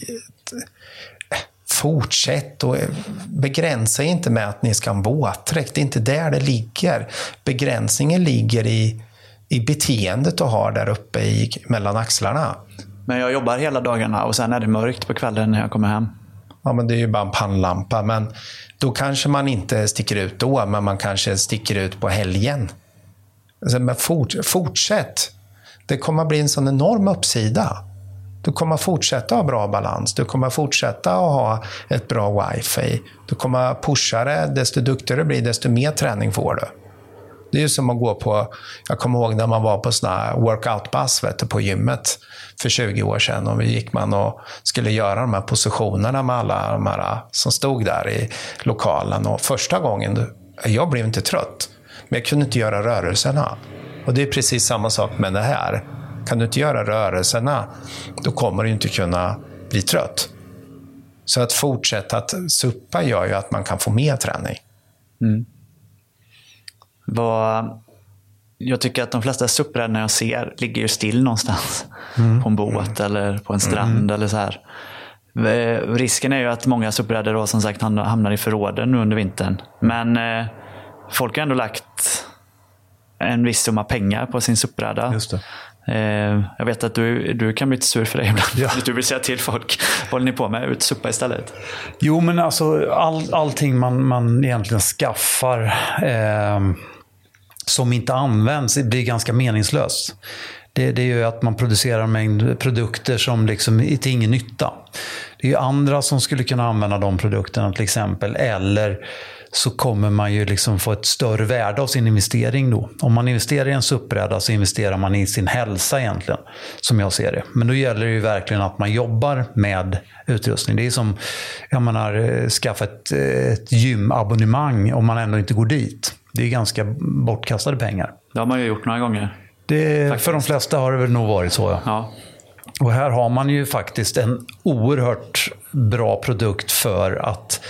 fortsätt och begränsa inte med att ni ska ha en våtdräkt. Det är inte där det ligger. Begränsningen ligger i, i beteendet du har där uppe i, mellan axlarna. Men jag jobbar hela dagarna och sen är det mörkt på kvällen när jag kommer hem. Ja, men det är ju bara en pannlampa. Men då kanske man inte sticker ut då, men man kanske sticker ut på helgen. Alltså, men fort, fortsätt. Det kommer att bli en sån enorm uppsida. Du kommer att fortsätta ha bra balans. Du kommer att fortsätta att ha ett bra wifi. Du kommer att pusha det. Desto duktigare du blir, desto mer träning får du. Det är ju som att gå på... Jag kommer ihåg när man var på sån här workout-bass på gymmet för tjugo år sedan. Och vi gick man och skulle göra de här positionerna med alla de här som stod där i lokalen. Och första gången, jag blev inte trött. Men jag kunde inte göra rörelserna. Och det är precis samma sak med det här. Kan du inte göra rörelserna, då kommer du inte kunna bli trött. Så att fortsätta att suppa gör ju att man kan få mer träning. Mm. Vad, jag tycker att de flesta suppräddarna jag ser ligger ju still någonstans. Mm. På en båt mm. eller på en strand mm. eller så här. Risken är ju att många suppräddare då som sagt hamnar i förråden nu under vintern. Men eh, folk har ändå lagt en viss summa pengar på sin SUP-bräda. Just det. Eh, jag vet att du, du kan bli lite sur för det ibland. Ja. Du vill säga till folk, vad håller ni på med? Ut suppa istället. Jo, men alltså all, allting man, man egentligen skaffar eh, som inte används blir ganska meningslöst. Det, det är ju att man producerar en mängd produkter som liksom är till ingen nytta. Det är ju andra som skulle kunna använda de produkterna till exempel. Eller så kommer man ju liksom få ett större värde av sin investering då. Om man investerar i en SUP-bräda så investerar man i sin hälsa egentligen, som jag ser det. Men då gäller det ju verkligen att man jobbar med utrustning. Det är som, jag menar, skaffa ett, ett gymabonnemang om man ändå inte går dit. Det är ganska bortkastade pengar. Det har man ju gjort några gånger. Det, för de flesta har det väl nog varit så, ja. Ja. Och här har man ju faktiskt en oerhört bra produkt för att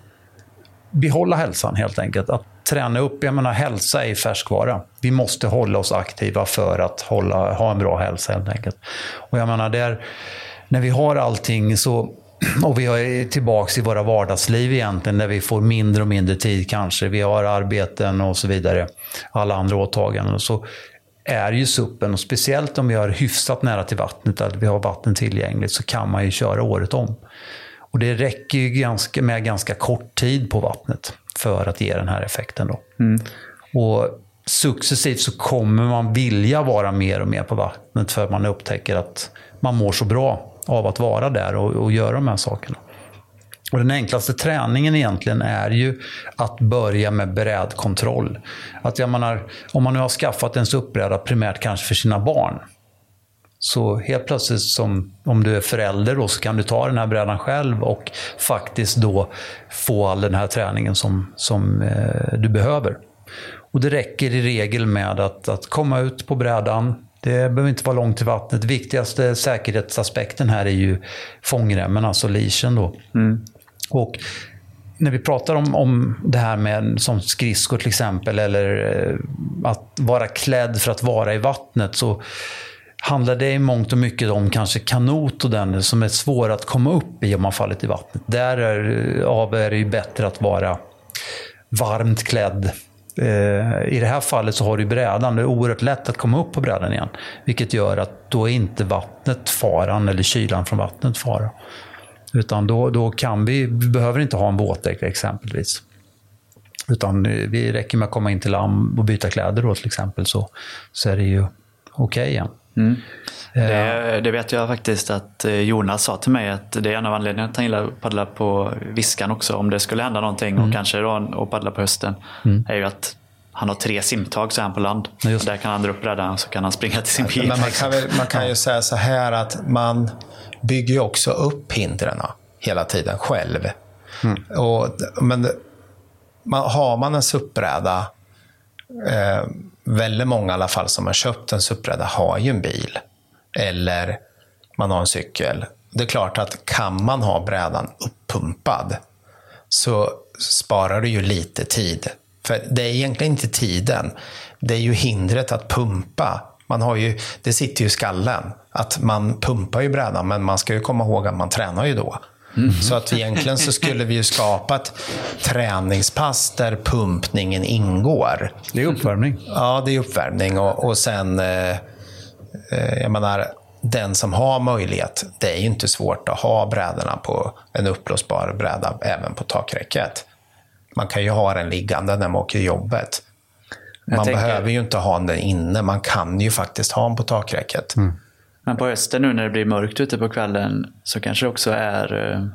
behålla hälsan helt enkelt. Att träna upp, jag menar, hälsa är färskvara. Vi måste hålla oss aktiva för att hålla, ha en bra hälsa helt enkelt. Och jag menar, där, när vi har allting så, och vi är tillbaka i våra vardagsliv egentligen, där vi får mindre och mindre tid kanske. Vi har arbeten och så vidare, alla andra åtaganden. Så är ju suppen, och speciellt om vi har hyfsat nära till vattnet, att vi har vatten tillgängligt, så kan man ju köra året om. Och det räcker ju ganska, med ganska kort tid på vattnet för att ge den här effekten då. Mm. Och successivt så kommer man vilja vara mer och mer på vattnet, för man upptäcker att man mår så bra av att vara där och, och göra de här sakerna. Och den enklaste träningen egentligen är ju att börja med brädkontroll. Att jag menar, om man nu har skaffat en SUP-bräda primärt kanske för sina barn, så helt plötsligt, som om du är förälder då, så kan du ta den här brädan själv och faktiskt då få all den här träningen som, som eh, du behöver. Och det räcker i regel med att, att komma ut på brädan. Det behöver inte vara långt till vattnet. Viktigaste säkerhetsaspekten här är ju fångremmen, alltså leashen då. Mm. Och när vi pratar om, om det här med som skridskor till exempel, eller eh, att vara klädd för att vara i vattnet, så handlar det i mångt och mycket om kanske kanot och den som är svår att komma upp i om man fallit i vattnet. Där är, av är det ju bättre att vara varmt klädd. Eh, I det här fallet så har du brädan. Det är oerhört lätt att komma upp på brädan igen. Vilket gör att då är inte vattnet faran, eller kylan från vattnet fara. Utan då, då kan vi, vi behöver inte ha en våtdräkt exempelvis. Utan vi räcker med att komma in till land och byta kläder då till exempel, så, så är det ju okej okay igen. Mm. Det, det vet jag faktiskt att Jonas sa till mig, att det är en av anledningarna att han gillar att paddla på Viskan också. Om det skulle hända någonting mm. och kanske då och paddla på hösten, mm. är ju att han har tre simtag så är han på land. Ja, där kan han dra upp brädan, så kan han springa till sin bil. Men man kan, väl, man kan ju säga så här att man bygger ju också upp hindren hela tiden själv. Mm. Och, men man, har man en SUP-bräda, eh, väldigt många i alla fall som har köpt en SUP-bräda har ju en bil. Eller man har en cykel. Det är klart att kan man ha brädan uppumpad, så sparar du ju lite tid. För det är egentligen inte tiden. Det är ju hindret att pumpa. Man har ju, det sitter ju i skallen. Att man pumpar ju brädan, men man ska ju komma ihåg att man tränar ju då. Mm. Så att egentligen så skulle vi ju skapa ett träningspass där pumpningen ingår. Det är uppvärmning. Ja, det är uppvärmning. Och, och sen, eh, jag menar, den som har möjlighet, det är ju inte svårt att ha brädorna på en upplåsbar bräda även på takräcket. Man kan ju ha den liggande när man åker jobbet. Man tänker, behöver ju inte ha den inne. Man kan ju faktiskt ha den på takräcket. Mm. Men på hösten nu när det blir mörkt ute på kvällen, så kanske det också är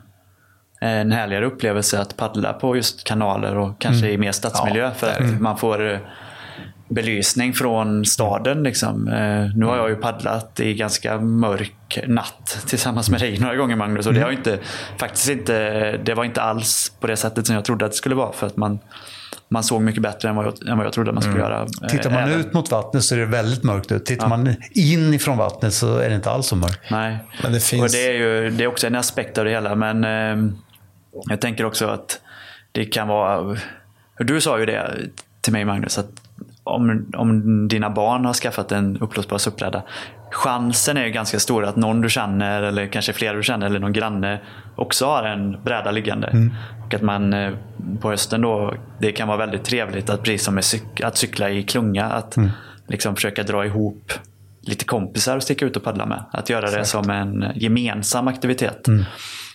en härligare upplevelse att paddla på just kanaler och kanske mm. i mer stadsmiljö. Ja, för att mm. man får belysning från staden. Liksom. Nu har jag ju paddlat i ganska mörk natt tillsammans med dig några gånger, Magnus. Och mm. det, har inte, faktiskt inte, det var inte alls på det sättet som jag trodde att det skulle vara. För att man, man såg mycket bättre än vad jag, än vad jag trodde man skulle mm. göra. Tittar man även. ut mot vattnet så är det väldigt mörkt ut. Tittar ja. man in ifrån vattnet så är det inte alls så mörkt. Nej, men det finns... och det är ju det är också en aspekt av det hela. Men eh, jag tänker också att det kan vara... Du sa ju det till mig, Magnus, att om, om dina barn har skaffat en uppblåsbar SUP-bräda, chansen är ju ganska stor att någon du känner eller kanske flera du känner eller någon granne också har en bräda liggande. Mm. Och att man på hösten då, det kan vara väldigt trevligt att precis som med cyk- att cykla i klunga, att mm. liksom försöka dra ihop lite kompisar och sticka ut och paddla med. Att göra Exakt. Det som en gemensam aktivitet. Mm.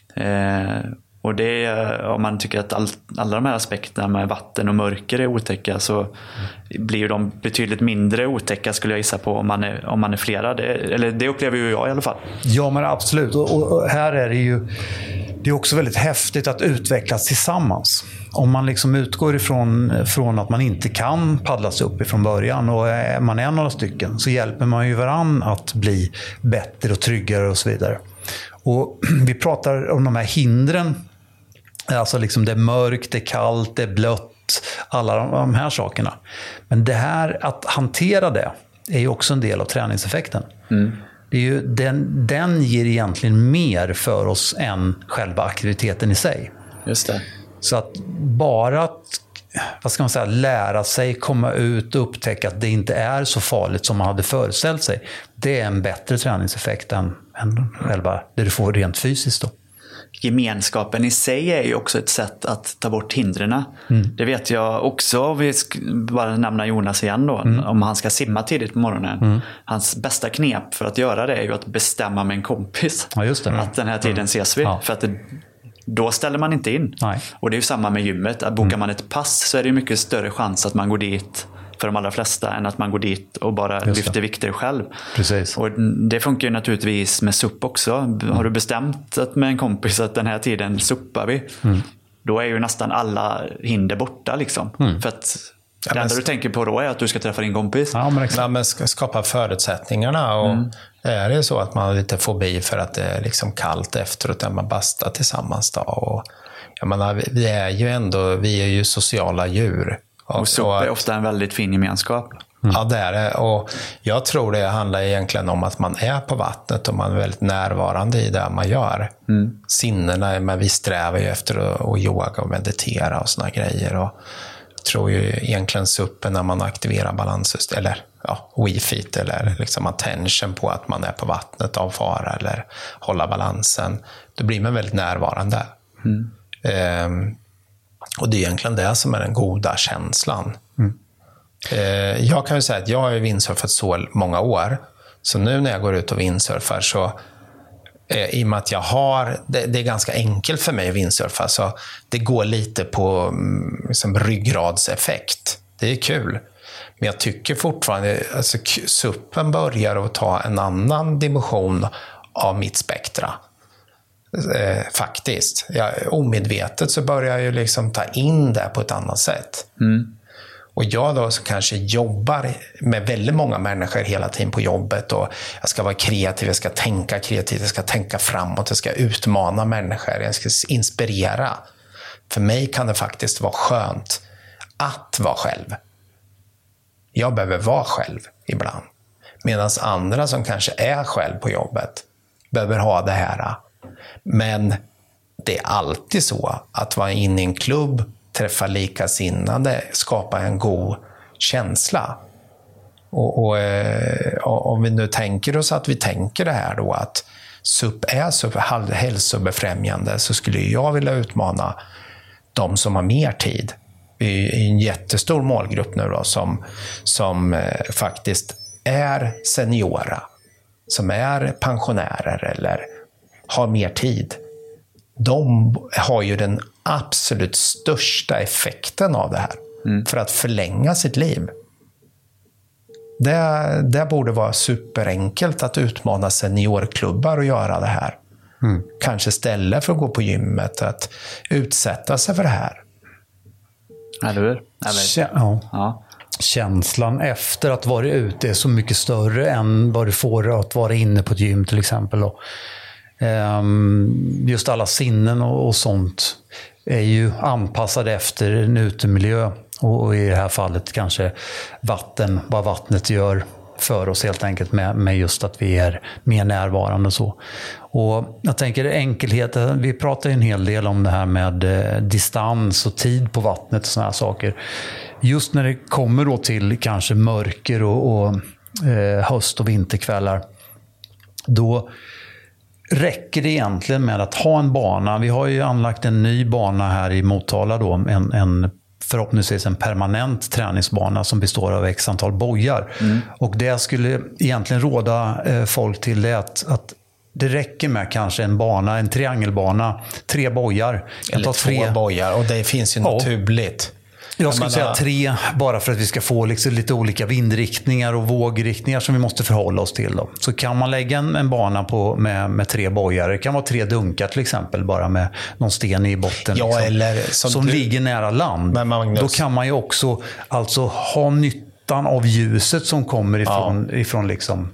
Eh, och det är, om man tycker att all, alla de här aspekterna med vatten och mörker är otäcka, så mm. blir ju de betydligt mindre otäcka, skulle jag gissa på, om man är, om man är flera. Det, eller det upplever ju jag i alla fall. Ja, men absolut. Och, och här är det ju det är också väldigt häftigt att utvecklas tillsammans. Om man liksom utgår ifrån från att man inte kan paddla sig upp ifrån början, och är man är några stycken, så hjälper man ju varann att bli bättre och tryggare och så vidare. Och vi pratar om de här hindren. Alltså liksom det är mörkt, det är kallt, det är blött, alla de här sakerna. Men det här, att hantera det, är ju också en del av träningseffekten. Mm. Det är ju, den, den ger egentligen mer för oss än själva aktiviteten i sig. Just det. Så att bara att, vad ska man säga, lära sig, komma ut och upptäcka att det inte är så farligt som man hade föreställt sig, det är en bättre träningseffekt än, än själva det du får rent fysiskt då. Gemenskapen i sig är ju också ett sätt att ta bort hindren. Mm. Det vet jag också. Vi ska bara nämna Jonas igen då. Mm. Om han ska simma tidigt på morgonen. Mm. Hans bästa knep för att göra det är ju att bestämma med en kompis. Ja, just det. Att den här tiden mm. ses vi. Ja. För att det, då ställer man inte in. Nej. Och det är ju samma med gymmet. Att bokar mm. man ett pass, så är det mycket större chans att man går dit för de allra flesta än att man går dit och bara lyfter vikter själv. Precis. Och det funkar ju naturligtvis med SUP också. Mm. Har du bestämt att med en kompis att den här tiden suppar vi, mm. då är ju nästan alla hinder borta liksom. Mm. För att ja, det enda du tänker på då är att du ska träffa din kompis. Ja, men, ja, men ska skapa förutsättningarna. Och mm. är det så att man har lite fobi för att det är liksom kallt efteråt när man bastar tillsammans då. Och jag menar, vi är ju ändå, vi är ju sociala djur. Och SUP är ofta en väldigt fin gemenskap. Mm. Ja, det är det. Och jag tror det handlar egentligen om att man är på vattnet och man är väldigt närvarande i det man gör. Mm. Sinnena, men vi strävar ju efter att, att yoga och meditera och såna grejer. Och jag tror ju egentligen SUPen när man aktiverar balanssystem, eller ja, WeFit, eller liksom attention på att man är på vattnet av fara eller hålla balansen. Då blir man väldigt närvarande. Mm. Um, Och det är egentligen det som är den goda känslan. Mm. Eh, jag kan ju säga att jag har ju windsurfat så många år. Så nu när jag går ut och windsurfar, så eh, i och med att jag har, det, det är ganska enkelt för mig att windsurfa. Så det går lite på liksom, ryggradseffekt. Det är kul. Men jag tycker fortfarande, alltså SUPen börjar att ta en annan dimension av mitt spektra. Eh, faktiskt. Jag, omedvetet så börjar jag ju liksom ta in det på ett annat sätt. Mm. Och jag då som kanske jobbar med väldigt många människor hela tiden på jobbet, och jag ska vara kreativ, jag ska tänka kreativt, jag ska tänka framåt, jag ska utmana människor, jag ska inspirera. För mig kan det faktiskt vara skönt att vara själv. Jag behöver vara själv ibland. Medan andra som kanske är själv på jobbet behöver ha det här. Men det är alltid så att vara inne i en klubb, träffa likasinnade, skapa en god känsla. Och, och, och om vi nu tänker oss att vi tänker det här då, att SUP är så hälsobefrämjande, så skulle jag vilja utmana de som har mer tid. Vi är en jättestor målgrupp nu då, som, som faktiskt är seniora, som är pensionärer eller har mer tid. De har ju den absolut största effekten av det här. Mm. För att förlänga sitt liv. Det, det borde vara superenkelt att utmana seniorklubbar och göra det här. Mm. Kanske istället för att gå på gymmet, att utsätta sig för det här. Eller hur? Kä- ja. Ja. Känslan efter att vara ute är så mycket större än vad du får att vara inne på ett gym till exempel. Och just alla sinnen och sånt är ju anpassade efter en utemiljö, och i det här fallet kanske vatten, vad vattnet gör för oss helt enkelt med, med just att vi är mer närvarande och så. Och jag tänker enkelheten, vi pratar en hel del om det här med eh, distans och tid på vattnet och såna här saker. Just när det kommer då till kanske mörker och, och eh, höst- och vinterkvällar, då räcker det egentligen med att ha en bana. Vi har ju anlagt en ny bana här i Motala då, en, en förhoppningsvis en permanent träningsbana som består av x antal bojar. Mm. Och det skulle egentligen råda eh, folk till det att, att det räcker med kanske en bana, en triangelbana, tre bojar. Eller två tre bojar, och det finns ju naturligt. Jag skulle säga tre, bara för att vi ska få liksom lite olika vindriktningar och vågriktningar som vi måste förhålla oss till. Då. Så kan man lägga en, en bana på, med, med tre bojar, det kan vara tre dunkar till exempel, bara med någon sten i botten. Ja, liksom, eller som, som du, ligger nära land. Då kan man ju också alltså, ha nyttan av ljuset som kommer ifrån, ja. ifrån liksom...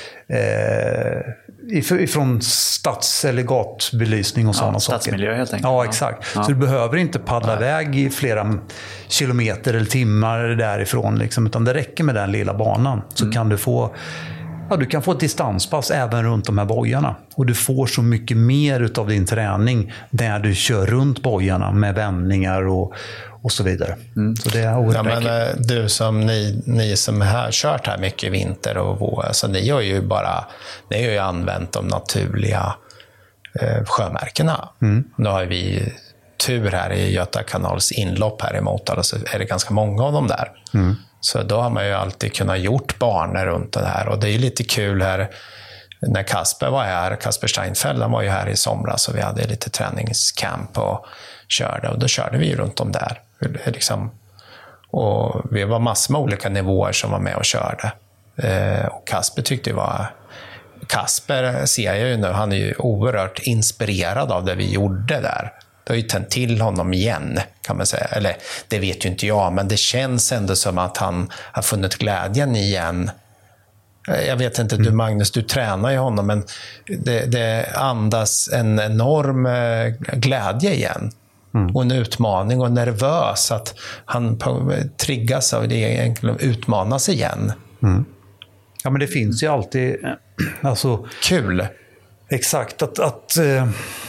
Eh, ifrån stads- eller gatbelysning och sådana ja, saker. Stadsmiljö helt enkelt. Ja, exakt. Ja. Så du behöver inte paddla Nej. iväg i flera kilometer eller timmar därifrån. Liksom, utan det räcker med den lilla banan. Så mm. kan du få ja, du kan få ett distanspass även runt de här bojarna. Och du får så mycket mer av din träning när du kör runt bojarna med vändningar och, och så vidare. Mm. Så det är ja, men, du som ni, ni som har kört här mycket vinter och vår, så ni har ju bara ni har ju använt de naturliga eh, sjömärkena. Mm. Nu har vi tur här i Göta kanals inlopp här i Motala, så är det ganska många av dem där. Mm. Så då har man ju alltid kunnat gjort banor runt det här. Och det är ju lite kul här när Kasper var här, Kasper Steinfeld, han var ju här i somras och vi hade lite träningscamp och körde. Och då körde vi ju runt om där. Liksom. Och vi var massor med olika nivåer som var med och körde. Eh, och Kasper tyckte det var... Kasper ser jag ju nu, han är ju oerhört inspirerad av det vi gjorde där. Det har ju tänt till honom igen, kan man säga. Eller det vet ju inte jag, men det känns ändå som att han har funnit glädjen igen. Jag vet inte, du Magnus, du tränar ju honom, men det, det andas en enorm glädje igen. Mm. Och en utmaning och nervös att han triggas av det egentligen, utmanas igen. Mm. Ja, men det finns ju alltid alltså, kul. Exakt, att... att äh...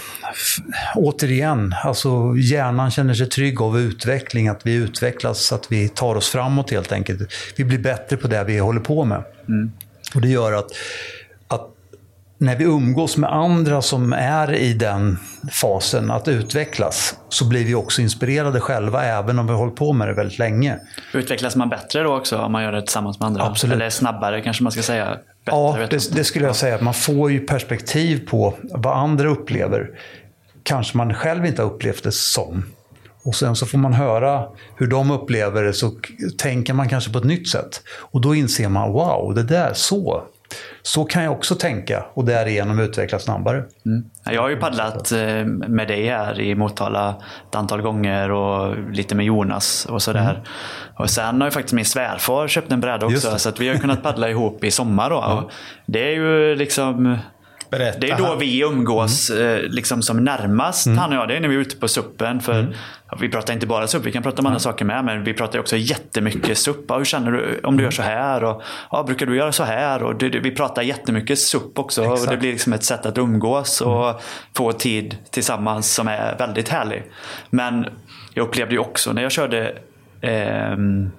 återigen, alltså hjärnan känner sig trygg av utveckling, att vi utvecklas så att vi tar oss framåt helt enkelt. Vi blir bättre på det vi håller på med. Mm. Och det gör att, att när vi umgås med andra som är i den fasen att utvecklas, så blir vi också inspirerade själva, även om vi håller på med det väldigt länge. Utvecklas man bättre då också om man gör det tillsammans med andra? Absolut. Eller snabbare kanske man ska säga? Bättre, ja, det, det skulle jag säga. Man får ju perspektiv på vad andra upplever. Kanske man själv inte har upplevt det som. Och sen så får man höra hur de upplever det, så tänker man kanske på ett nytt sätt. Och då inser man, wow, det där, så. Så kan jag också tänka, och därigenom utvecklas snabbare. Mm. Jag har ju paddlat med dig här i Motala ett antal gånger och lite med Jonas och sådär. Mm. Och sen har ju faktiskt min svärfar köpt en bräda också, så att vi har kunnat paddla ihop i sommar då. Mm. Och det är ju liksom... Berätta. Det är då vi umgås mm. liksom som närmast, mm. han och jag. Det är när vi är ute på suppen. För mm. ja, vi pratar inte bara supp, vi kan prata om andra mm. saker med. Men vi pratar också jättemycket supp. Hur känner du om du gör så här? Och, ja, brukar du göra så här? Och det, vi pratar jättemycket supp också. Exakt. Och det blir liksom ett sätt att umgås och mm. få tid tillsammans som är väldigt härlig. Men jag upplevde ju också när jag körde... Eh,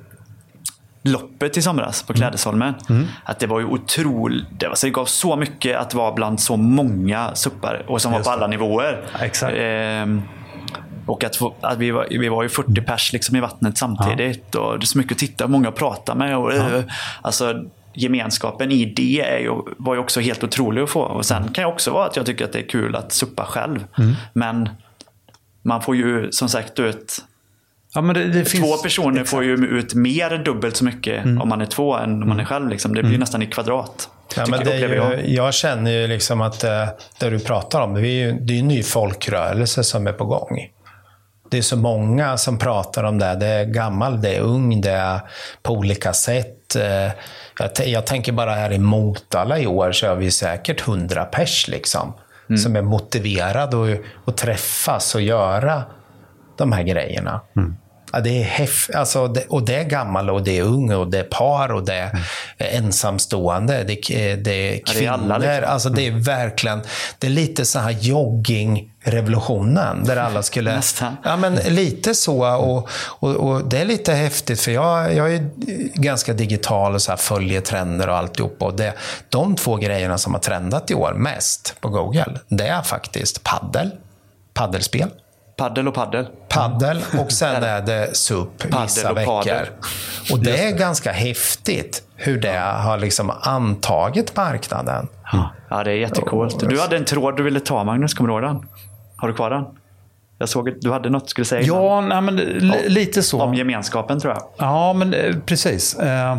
loppet i somras på Klädesholmen, mm. att det var ju otroligt, det, var, så det gav så mycket att vara bland så många suppar och som Just var på alla nivåer. Ja, exakt. Ehm, och att, få, att vi, var, vi var ju fyrtio pers liksom i vattnet samtidigt, ja. Och det är så mycket att titta, många att prata med och, ja. Alltså gemenskapen i det är ju, var ju också helt otrolig att få. Och sen kan jag också vara att jag tycker att det är kul att suppa själv, mm. men man får ju som sagt ut. Ja, men det, det två finns, personer exakt. får ju ut mer än dubbelt så mycket mm. om man är två än om man är själv. Liksom. Det blir mm. nästan i kvadrat. Ja, men det är ju, jag. jag känner ju liksom att det, det du pratar om, det är ju det är en ny folkrörelse som är på gång. Det är så många som pratar om det. Det är gammal, det är ung, det är på olika sätt. Jag, t- jag tänker bara här i Motala i år så har vi säkert hundra pers liksom, mm. som är motiverade att, att träffas och göra de här grejerna. Mm. Ja, det är heff, alltså det, och det är gammal och det är ung och det är par och det är mm. ensamstående, det, det är kvinnor. Ja, det är alla, liksom. Alltså det är verkligen, det är lite så här joggingrevolutionen där alla skulle, Nästan. ja men lite så och, och, och det är lite häftigt för jag, jag är ganska digital och så här följer trender och alltihop och det, de två grejerna som har trendat i år mest på Google, det är faktiskt paddel, paddelspel. Paddel och paddel. Paddel och sen är det S U P vissa och veckor. Paddel. Och det är ganska häftigt hur det har liksom antagit marknaden. Ja, det är jättecoolt. Du hade en tråd du ville ta, Magnus, kommer du ihåg den? Har du kvar den? Jag såg att du hade något du skulle säga. Ja, nej, men l- lite så. Om gemenskapen, tror jag. Ja, men precis. Eh,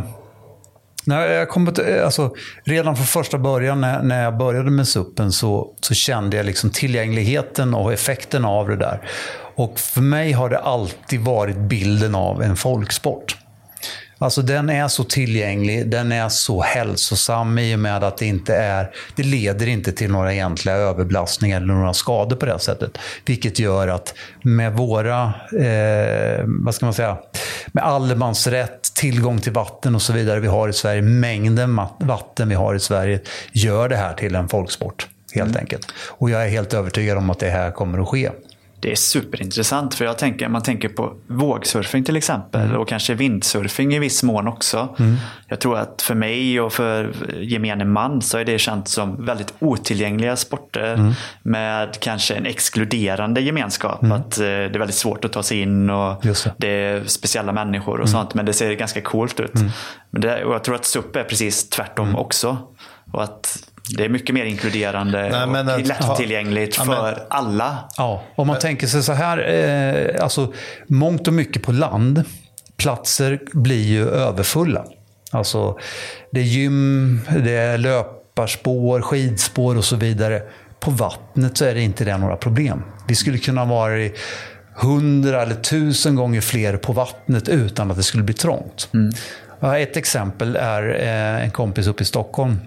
när jag kom till, alltså, redan från första början när, när jag började med suppen så, så kände jag liksom tillgängligheten och effekten av det där. Och för mig har det alltid varit bilden av en folksport. Alltså den är så tillgänglig, den är så hälsosam i och med att det inte är, det leder inte till några egentliga överbelastningar eller några skador på det sättet. Vilket gör att med våra, eh, vad ska man säga, med allemansrätt, tillgång till vatten och så vidare vi har i Sverige, mängden vatten vi har i Sverige gör det här till en folksport helt mm. enkelt. Och jag är helt övertygad om att det här kommer att ske. Det är superintressant för jag tänker, man tänker på vågsurfing till exempel mm. och kanske vindsurfing i viss mån också. Mm. Jag tror att för mig och för gemene man så är det känt som väldigt otillgängliga sporter mm. med kanske en exkluderande gemenskap. Mm. Att eh, det är väldigt svårt att ta sig in och det. det är speciella människor och mm. sånt, men det ser ganska coolt ut. Mm. Men det, och jag tror att S U P är precis tvärtom mm. också. Och att det är mycket mer inkluderande Nej, men, och lättillgängligt ja, för men, alla. Ja, om man tänker sig så här, eh, alltså mångt och mycket på land, platser blir ju överfulla. Alltså det är gym, det är löparspår, skidspår och så vidare. På vattnet så är det inte det några problem. Vi skulle kunna vara i hundra eller tusen gånger fler på vattnet utan att det skulle bli trångt. Mm. Ett exempel är eh, en kompis uppe i Stockholm.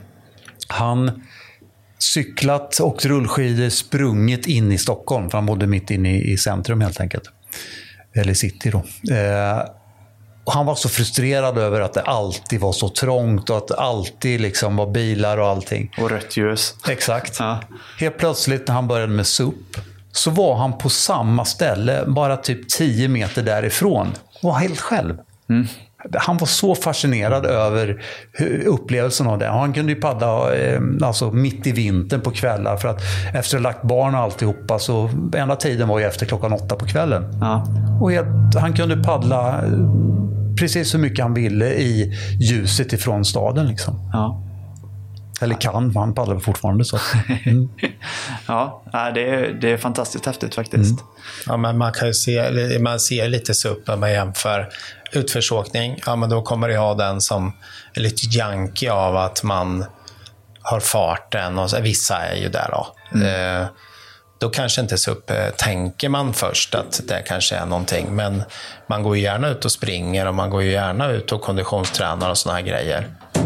Han cyklat och rullskidor sprungit in i Stockholm. För han bodde mitt inne i, i centrum helt enkelt. Eller city då. Eh, och han var så frustrerad över att det alltid var så trångt. Och att det alltid liksom var bilar och allting. Och rött ljus. Exakt. Ja. Helt plötsligt när han började med S U P. Så var han på samma ställe. Bara typ tio meter därifrån. Och var helt själv. Mm. Han var så fascinerad över upplevelsen av det. Han kunde ju paddla eh, alltså mitt i vintern på kvällar för att efter att ha lagt barn och alltihopa så enda tiden var ju efter klockan åtta på kvällen. Ja. Och helt, han kunde paddla precis så mycket han ville i ljuset ifrån staden liksom. Ja. Eller kan, han paddlar fortfarande så. Mm. Ja, det är, det är fantastiskt häftigt faktiskt. Mm. Ja, men man kan ju se, man ser lite S U P när man jämför utförsåkning. Ja, men då kommer det ha den som är lite junkie av att man har farten och så, vissa är ju där då. Mm. Eh, då kanske inte S U P tänker man först att det kanske är någonting, men man går ju gärna ut och springer och man går ju gärna ut och konditionstränar och såna här grejer.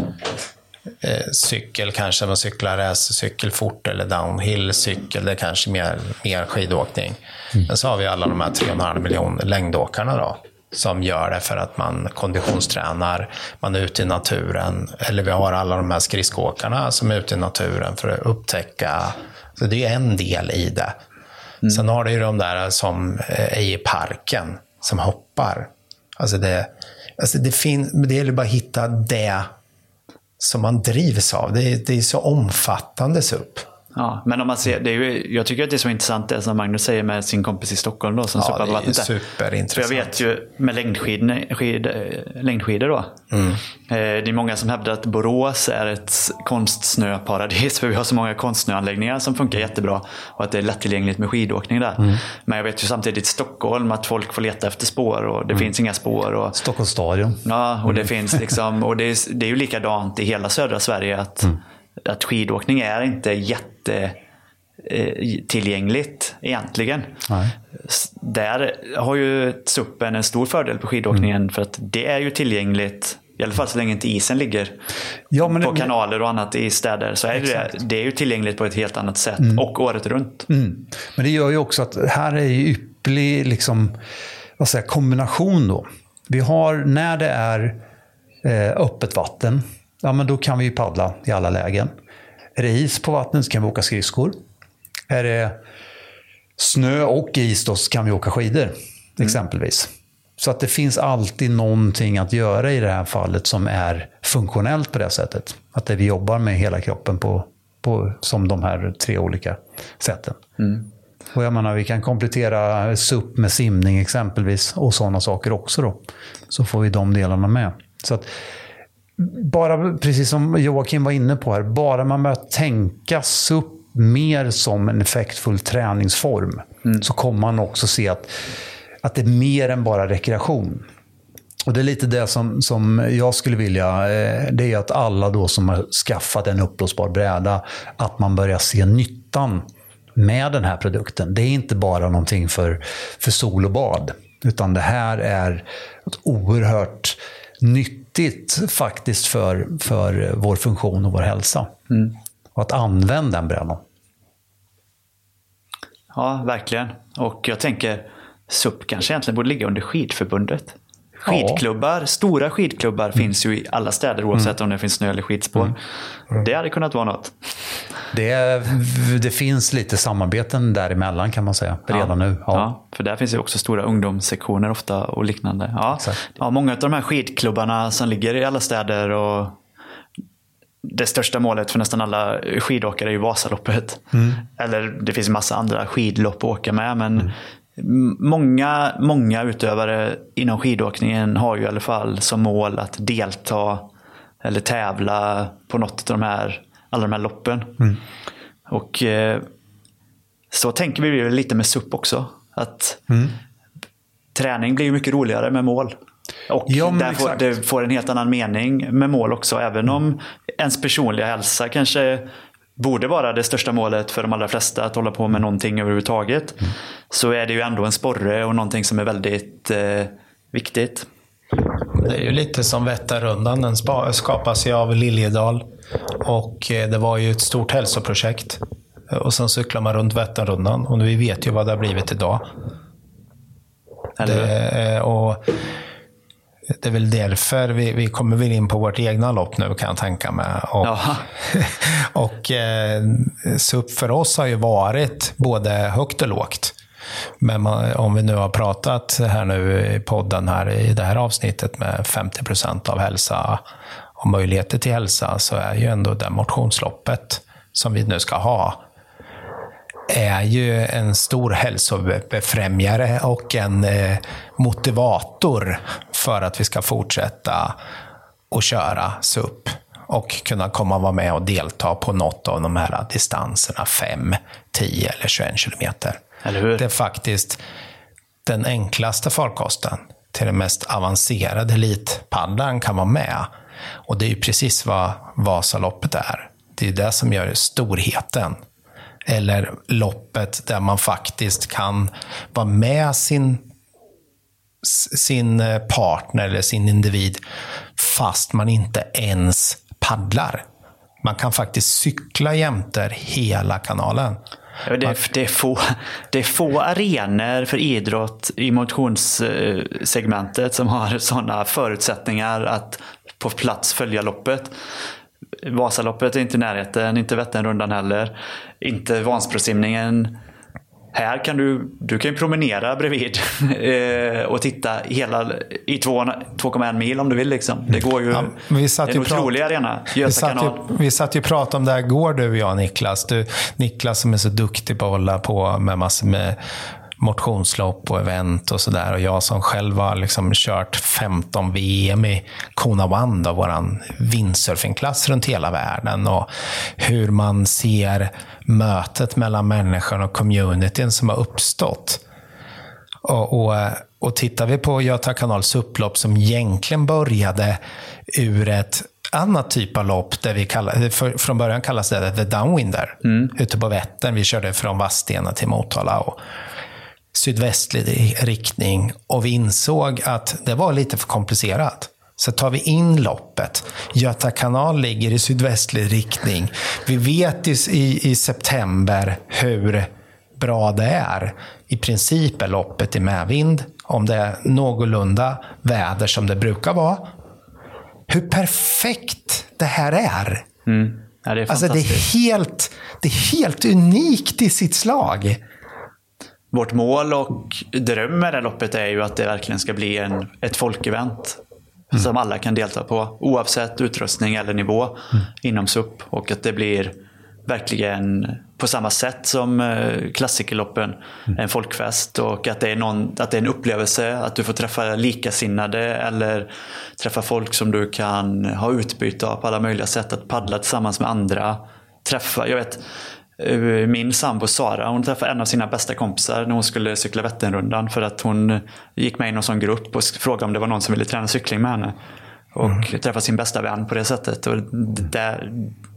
Eh, cykel kanske, man cyklar racercykel fort eller downhill cykel, det är kanske mer, mer skidåkning. Mm. Men så har vi alla de här tre komma fem miljoner längdåkarna då, som gör det för att man konditionstränar, man är ute i naturen, eller vi har alla de här skridskoåkarna som är ute i naturen för att upptäcka, så det är en del i det. Mm. Sen har det ju de där som är i parken som hoppar. Alltså det, alltså det, fin- det gäller bara att hitta det som man drivs av. Det är, det är så omfattande S U P. Ja, men om man ser, det är ju, jag tycker att det är så intressant det som Magnus säger med sin kompis i Stockholm då, som ja, suppar på vattnet. Ja, det är superintressant. För jag vet ju med längdskidor, skid, längdskidor då. Mm. Eh, det är många som hävdar att Borås är ett konstsnöparadis för vi har så många konstsnöanläggningar som funkar jättebra och att det är lättillgängligt med skidåkning där. Mm. Men jag vet ju samtidigt i Stockholm att folk får leta efter spår och det mm. finns inga spår. Och, Stockholms stadion. Ja, och det mm. finns liksom, och det är, det är ju likadant i hela södra Sverige att mm. att skidåkning är inte jätte eh, tillgängligt egentligen. Nej. Där har ju S U P en stor fördel på skidåkningen mm. för att det är ju tillgängligt i alla fall så länge inte isen ligger ja, men på det, kanaler och annat i städer så är det, det är ju tillgängligt på ett helt annat sätt mm. och året runt. Mm. Men det gör ju också att här är ju ypperlig liksom vad säger, kombination då. Vi har, när det är eh, öppet vatten, ja, men då kan vi ju paddla i alla lägen. Är det is på vattnet så kan vi åka skridskor. Är det snö och is då så kan vi åka skidor, mm. exempelvis. Så att det finns alltid någonting att göra i det här fallet som är funktionellt på det sättet. Att det vi jobbar med hela kroppen på, på som de här tre olika sätten. Mm. Och jag menar, vi kan komplettera S U P med simning exempelvis och sådana saker också då. Så får vi de delarna med. Så att bara, precis som Joakim var inne på här, bara man börjar tänka S U P mer som en effektfull träningsform, mm. så kommer man också se att, att det är mer än bara rekreation. Och det är lite det som, som jag skulle vilja, det är att alla då som har skaffat en uppblåsbar bräda, att man börjar se nyttan med den här produkten. Det är inte bara någonting för, för sol och bad, utan det här är ett oerhört nyttigt faktiskt för, för vår funktion och vår hälsa. Mm. Och att använda den brädan. Ja, verkligen. Och jag tänker, S U P kanske egentligen borde ligga under skidförbundet. Skidklubbar, ja. Stora skidklubbar mm. finns ju i alla städer oavsett mm. om det finns snö eller skidspår. Mm. Mm. Det hade kunnat vara något. Det, det finns lite samarbeten däremellan kan man säga, redan ja. nu. Ja. ja, för där finns ju också stora ungdomssektioner ofta och liknande. Ja. Ja, många av de här skidklubbarna som ligger i alla städer, och det största målet för nästan alla skidåkare är ju Vasaloppet. Mm. Eller det finns en massa andra skidlopp att åka med, men mm. Många, många utövare inom skidåkningen har ju i alla fall som mål att delta eller tävla på något av de här, alla de här loppen. Mm. Och eh, så tänker vi ju lite med S U P också. Att mm. träning blir ju mycket roligare med mål. Och ja, där får, det får en helt annan mening med mål också. Även mm. om ens personliga hälsa kanske borde vara det största målet för de allra flesta, att hålla på med någonting överhuvudtaget, mm. så är det ju ändå en sporre och någonting som är väldigt eh, viktigt. Det är ju lite som Vätternrundan, den skapas ju av Liljedal, och det var ju ett stort hälsoprojekt, och sen cyklar man runt Vätternrundan, och vi vet ju vad det har blivit idag. Det, och det är väl därför vi, vi kommer väl in på vårt egna lopp nu, kan jag tänka mig. Och, och eh, S U P för oss har ju varit både högt och lågt. Men man, om vi nu har pratat här nu i podden här i det här avsnittet med femtio procent av hälsa och möjligheter till hälsa, så är ju ändå det motionsloppet som vi nu ska ha är ju en stor hälsobefrämjare och en eh, motivator för att vi ska fortsätta att köra S U P och kunna komma och vara med och delta på något av de här distanserna, fem, tio eller tjugoen kilometer. Eller hur? Det är faktiskt den enklaste farkosten till den mest avancerade elitpaddlaren kan vara med. Och det är ju precis vad Vasaloppet är. Det är det som gör storheten. Eller loppet där man faktiskt kan vara med sin, sin partner eller sin individ fast man inte ens paddlar. Man kan faktiskt cykla jämter hela kanalen. Ja, det, är, det, är få, det är få arenor för idrott i motionssegmentet som har sådana förutsättningar att på plats följa loppet. Vasaloppet är inte i närheten, inte Vätternrundan heller, inte Vansbrosimningen. Här kan du, du kan ju promenera bredvid och titta hela, i två komma en mil om du vill. Liksom. Det går ju, ja, vi satt en otrolig arena. Vi satt, ju, vi satt ju och pratade om det här går du och jag, Niklas. Du, Niklas som är så duktig på att hålla på med massor med motionslopp och event och sådär. Och jag som själv har liksom kört femton V M i Kona One, våran windsurfingklass runt hela världen, och hur man ser mötet mellan människan och communityn som har uppstått. Och, och, och tittar vi på Göta kanals upplopp som egentligen började ur ett annat typ av lopp där vi kallar, för, från början kallas det The Downwinder, mm. ute på Vättern. Vi körde från Vadstena till Motala och sydvästlig riktning, och vi insåg att det var lite för komplicerat. Så tar vi in loppet. Göta kanal ligger i sydvästlig riktning. Vi vet i, i, i september hur bra det är. I princip är loppet i medvind om det är någorlunda väder som det brukar vara. Hur perfekt det här är. Mm. Ja, det är alltså det är, helt, det är helt unikt i sitt slag. Vårt mål och dröm med det loppet är ju att det verkligen ska bli en, ett folkevent mm. som alla kan delta på, oavsett utrustning eller nivå mm. inom S U P. Och att det blir verkligen på samma sätt som klassikerloppen, mm. en folkfest, och att det är någon, att det är en upplevelse, att du får träffa likasinnade eller träffa folk som du kan ha utbyte av på alla möjliga sätt, att paddla tillsammans med andra, träffa, jag vet min sambo Sara, hon träffade en av sina bästa kompisar när hon skulle cykla Vätternrundan, för att hon gick med i någon sån grupp och frågade om det var någon som ville träna cykling med henne och mm. träffa sin bästa vän på det sättet. Och där,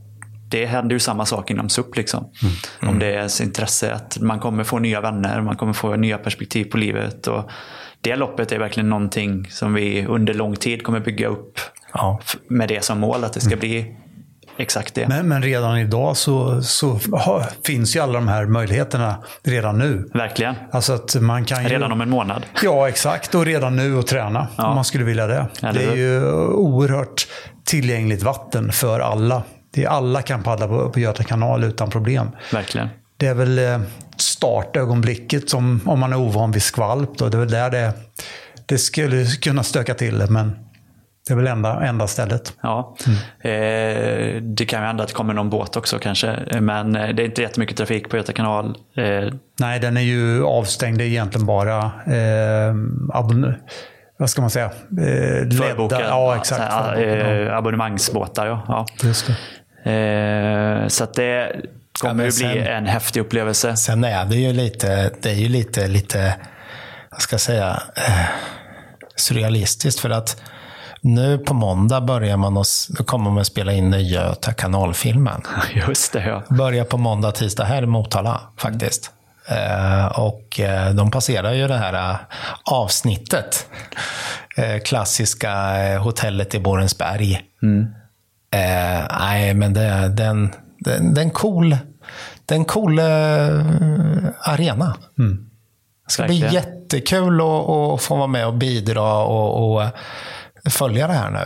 det händer ju samma sak inom S U P liksom. Mm. Mm. Om det är ens intresse, att man kommer få nya vänner, man kommer få nya perspektiv på livet, och det loppet är verkligen någonting som vi under lång tid kommer bygga upp ja. med det som mål, att det ska mm. bli exakt det. Men, men redan idag så, så ha, finns ju alla de här möjligheterna redan nu. Verkligen. Alltså att man kan ju, redan om en månad. Ja, exakt. Och redan nu att träna ja. om man skulle vilja det. Eller det är ju oerhört tillgängligt vatten för alla. Det är, alla kan paddla på, på Göta kanal utan problem. Verkligen. Det är väl startögonblicket som, om man är ovan vid skvalp. Då, det är väl där det, det skulle kunna stöka till det, men det är väl enda, enda stället. Ja, mm. eh, det kan ju hända att det kommer någon båt också kanske. Men det är inte jättemycket trafik på Göta kanal. Eh. Nej, den är ju avstängd. Det är egentligen bara eh, abon- vad ska man säga? Eh, Förboken. Ja, exakt. Ja, eh, abonnemangsbåtar, ja. ja. Just det. Eh, så att det kommer ja, ju bli en häftig upplevelse. Sen är det ju lite, det är ju lite, lite, vad ska jag säga, eh, surrealistiskt, för att nu på måndag börjar man och kommer man att spela in den Göta kanalfilmen. Just det, ja. Börjar på måndag, tisdag här i Motala faktiskt. Eh, och eh, de passerar ju det här eh, avsnittet. Eh, klassiska eh, hotellet i Borensberg. Mm. Eh, nej, men det, den, den, den cool, den cool eh, arena. Mm. Det ska Verkligen. bli jättekul att, att få vara med och bidra och, och följa det här nu.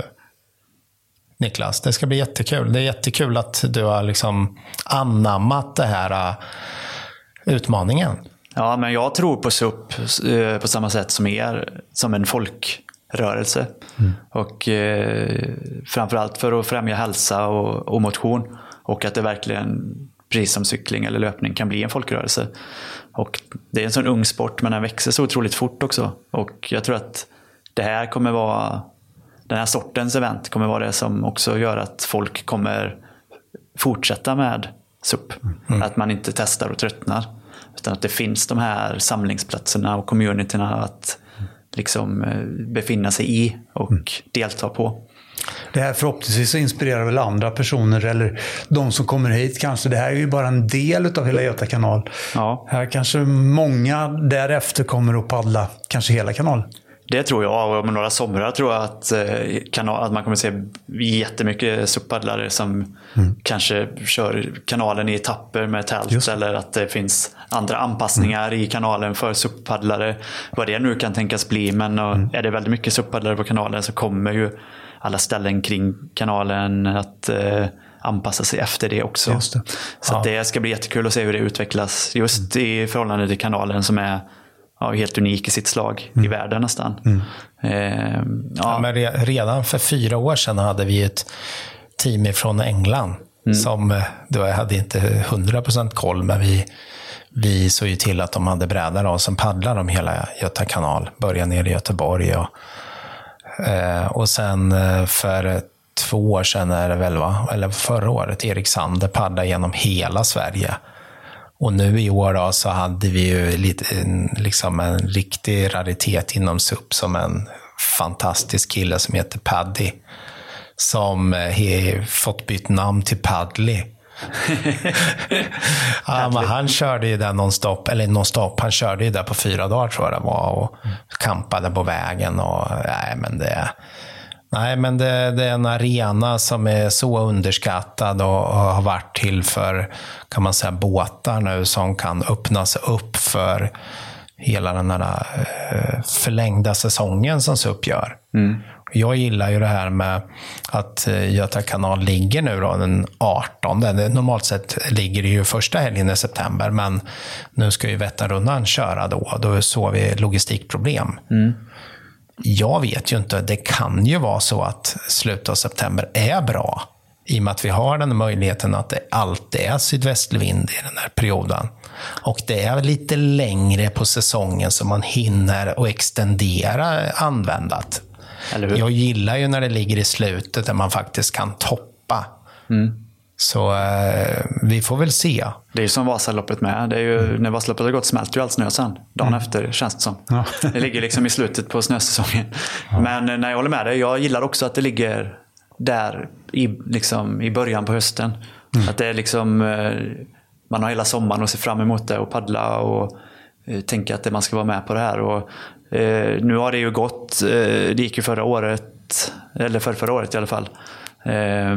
Niklas, det ska bli jättekul. Det är jättekul att du har liksom anammat det här uh, utmaningen. Ja, men jag tror på S U P uh, på samma sätt som er, som en folkrörelse. Mm. Och uh, framförallt för att främja hälsa och, och motion. Och att det verkligen, precis som cykling eller löpning, kan bli en folkrörelse. Och det är en sån ung sport, men den växer så otroligt fort också. Och jag tror att det här kommer vara, den här sortens event kommer vara det som också gör att folk kommer fortsätta med S U P. Mm. Att man inte testar och tröttnar, utan att det finns de här samlingsplatserna och communityna att liksom befinna sig i och mm. delta på. Det här förhoppningsvis inspirerar väl andra personer eller de som kommer hit kanske. Det här är ju bara en del av hela Göta kanal. Ja. Här kanske många därefter kommer att paddla kanske hela kanal. Det tror jag, och om några somrar tror jag att, kanal, att man kommer att se jättemycket S U P-paddlare som mm. kanske kör kanalen i etapper med tält, eller att det finns andra anpassningar mm. i kanalen för S U P-paddlare. Vad det nu kan tänkas bli, men mm. är det väldigt mycket S U P-paddlare på kanalen så kommer ju alla ställen kring kanalen att eh, anpassa sig efter det också. Just det. Så ja. att det ska bli jättekul att se hur det utvecklas just mm. i förhållande till kanalen som är ja, helt unik i sitt slag mm. i världen nästan. Mm. Eh, ja. Ja, men re- redan för fyra år sedan hade vi ett team från England mm. som då jag hade inte hundra procent koll, men vi, vi såg ju till att de hade brädare och som paddlar om hela Göta kanal. Började ner i Göteborg och Eh, och sen eh, för två år sedan är det väl va? Eller förra året, Erik Sander paddlade genom hela Sverige. Och nu i år då, så hade vi ju lite, en, liksom en riktig raritet inom S U P som en fantastisk kille som heter Paddy. Som har fått bytt namn till Paddly. Ja, men han körde ju där nonstop, eller nonstop, han körde ju där på fyra dagar tror jag det var och kampade på vägen och nej men det nej men det, det är en arena som är så underskattad och, och har varit till för, kan man säga, båtar nu som kan öppnas upp för hela den här eh, förlängda säsongen som S U P gör. Mm. Jag gillar ju det här med att Göta kanal ligger nu då den artonde. Normalt sett ligger det ju första helgen i september, men nu ska ju Vätternrundan köra då. Då såg vi logistikproblem. Mm. Jag vet ju inte, det kan ju vara så att slutet av september är bra. I och med att vi har den möjligheten att det alltid är sydvästlig i den här perioden. Och det är lite längre på säsongen så man hinner och extendera användat. Jag gillar ju när det ligger i slutet där man faktiskt kan toppa. Mm. Så eh, vi får väl se. Det är ju som Vasaloppet med. Det är ju, mm. När Vasaloppet har gått smälter ju allt snö sen. Dagen mm. efter känns det som. Ja. Det ligger liksom i slutet på snösäsongen. Ja. Men när jag håller med dig, jag gillar också att det ligger där i, liksom, i början på hösten. Mm. Att det är liksom, man har hela sommaren och ser fram emot det och paddla och eh, tänka att det, man ska vara med på det här. Och eh, nu har det ju gått, eh, det gick ju förra året, eller för förra året i alla fall. Eh,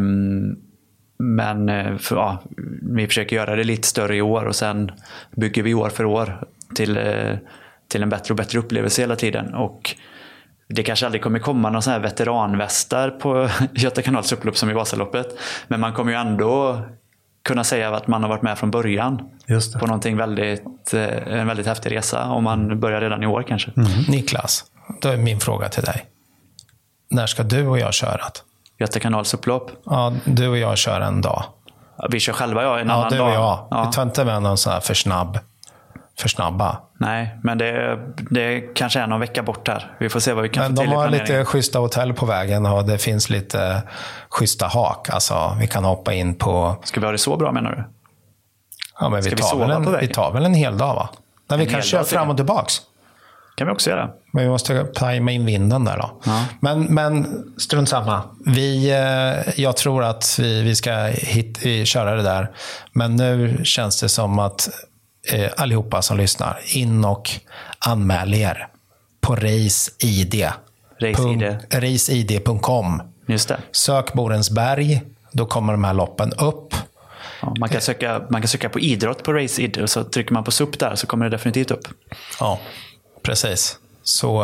men för, ja, vi försöker göra det lite större i år och sen bygger vi år för år till, eh, till en bättre och bättre upplevelse hela tiden. Och det kanske aldrig kommer komma någon sån här veteranvästar på Göta kanals upplopp som i Vasaloppet. Men man kommer ju ändå kunna säga att man har varit med från början. Just det. På någonting väldigt, en väldigt häftig resa. Om man börjar redan i år kanske. Mm. Niklas, då är min fråga till dig. När ska du och jag köra? Göta kanals upplopp? Ja, du och jag kör en dag. Ja, vi kör själva ja, en ja, annan du dag. Och jag. Ja. Vi tar inte med någon sån här för snabb. För snabba. Nej, men det, det kanske är någon vecka bort här. Vi får se vad vi kan men få till i planeringen. planeringen. De har lite schyssta hotell på vägen och det finns lite schyssta hak. Alltså, vi kan hoppa in på... Ska vi ha det så bra menar du? Ja, men vi tar, vi, väl en, vi tar väl en hel dag va? När vi kan köra fram och tillbaks. Kan vi också göra. Men vi måste tajma in vinden där då. Ja. Men, men strunt samma. Vi, jag tror att vi, vi ska hit, köra det där. Men nu känns det som att eh, allihopa som lyssnar in och anmäl er på raceid. raceid punkt com. Just det. Sök Borensberg. Då kommer de här loppen upp. Ja, man, kan söka, man kan söka på idrott på RaceID och så trycker man på S U P där så kommer det definitivt upp. Ja, precis. Så,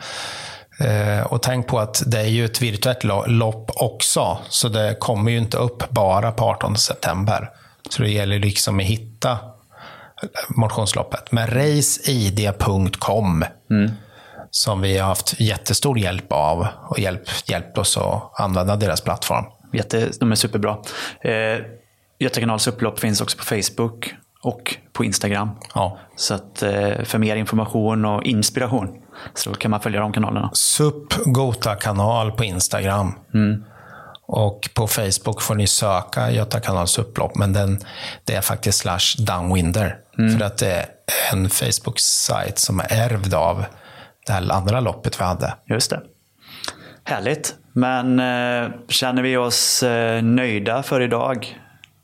eh, och tänk på att det är ju ett virtuellt lopp också. Så det kommer ju inte upp bara på artonde september. Så det gäller liksom att hitta motionsloppet. Men raceid punkt com mm. som vi har haft jättestor hjälp av och hjälp, hjälpt oss att använda deras plattform. Jätte, de är superbra. Eh, Göta kanals upplopp finns också på Facebook och på Instagram. Ja. Så att eh, för mer information och inspiration så kan man följa de kanalerna. S U P Gota kanal på Instagram. Mm. Och på Facebook får ni söka Göta kanals upplopp. Men den, det är faktiskt slash downwinder. Mm. För att det är en Facebook-sajt som är ärvd av det här andra loppet vi hade. Just det. Härligt. Men eh, känner vi oss eh, nöjda för idag?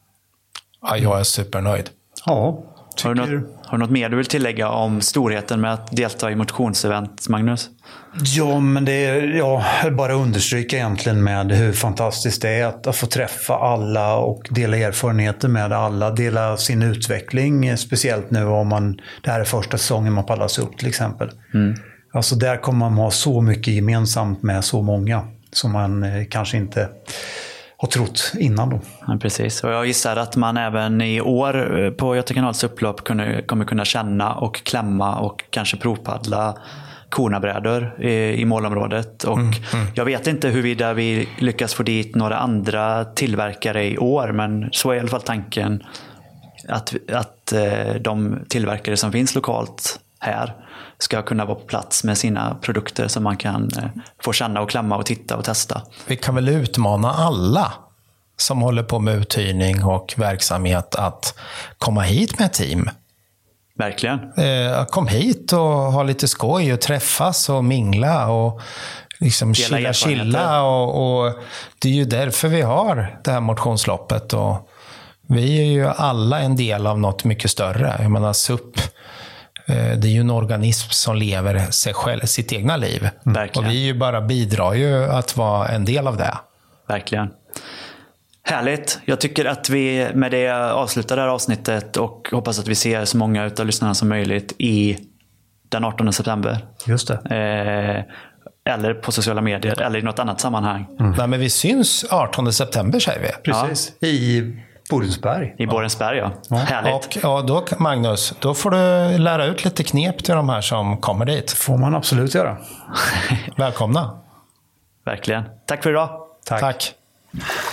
Ja, jag är supernöjd. Ja, har du, något, har du något mer du vill tillägga om storheten med att delta i motionsevent, Magnus? Ja, men det är ja, bara understryka egentligen med hur fantastiskt det är att, att få träffa alla och dela erfarenheter med alla, dela sin utveckling, speciellt nu om man, det här är första säsongen man pallas upp till exempel. Mm. Alltså där kommer man ha så mycket gemensamt med så många som man eh, kanske inte har trott innan då. Ja, precis. Och jag gissar att man även i år på Göta kanals upplopp kunde, kommer kunna känna och klämma och kanske provpaddla konabrädor i, i målområdet. Och mm, mm. jag vet inte huruvida vi lyckas få dit några andra tillverkare i år, men så är i alla fall tanken att, att de tillverkare som finns lokalt här ska kunna vara på plats med sina produkter som man kan få känna och klämma och titta och testa. Vi kan väl utmana alla som håller på med uthyrning och verksamhet att komma hit med ett team. Verkligen. Eh, kom hit och ha lite skoj och träffas och mingla och liksom chilla, chilla och, och det är ju därför vi har det här motionsloppet och vi är ju alla en del av något mycket större. Jag menar S U P, det är ju en organism som lever sig själv, sitt egna liv. Verkligen. Och vi ju bara bidrar ju att vara en del av det. Verkligen. Härligt. Jag tycker att vi med det avslutar det här avsnittet och hoppas att vi ser så många av lyssnarna som möjligt i den artonde september. Just det. Eh, eller på sociala medier, eller i något annat sammanhang. Mm. Nej, men vi syns artonde september, säger vi. Precis, ja. I Borensberg. I Borensberg, ja. ja. Härligt. Och ja, då, Magnus, då får du lära ut lite knep till de här som kommer dit. Får man absolut göra. Välkomna. Verkligen. Tack för idag. Tack. Tack.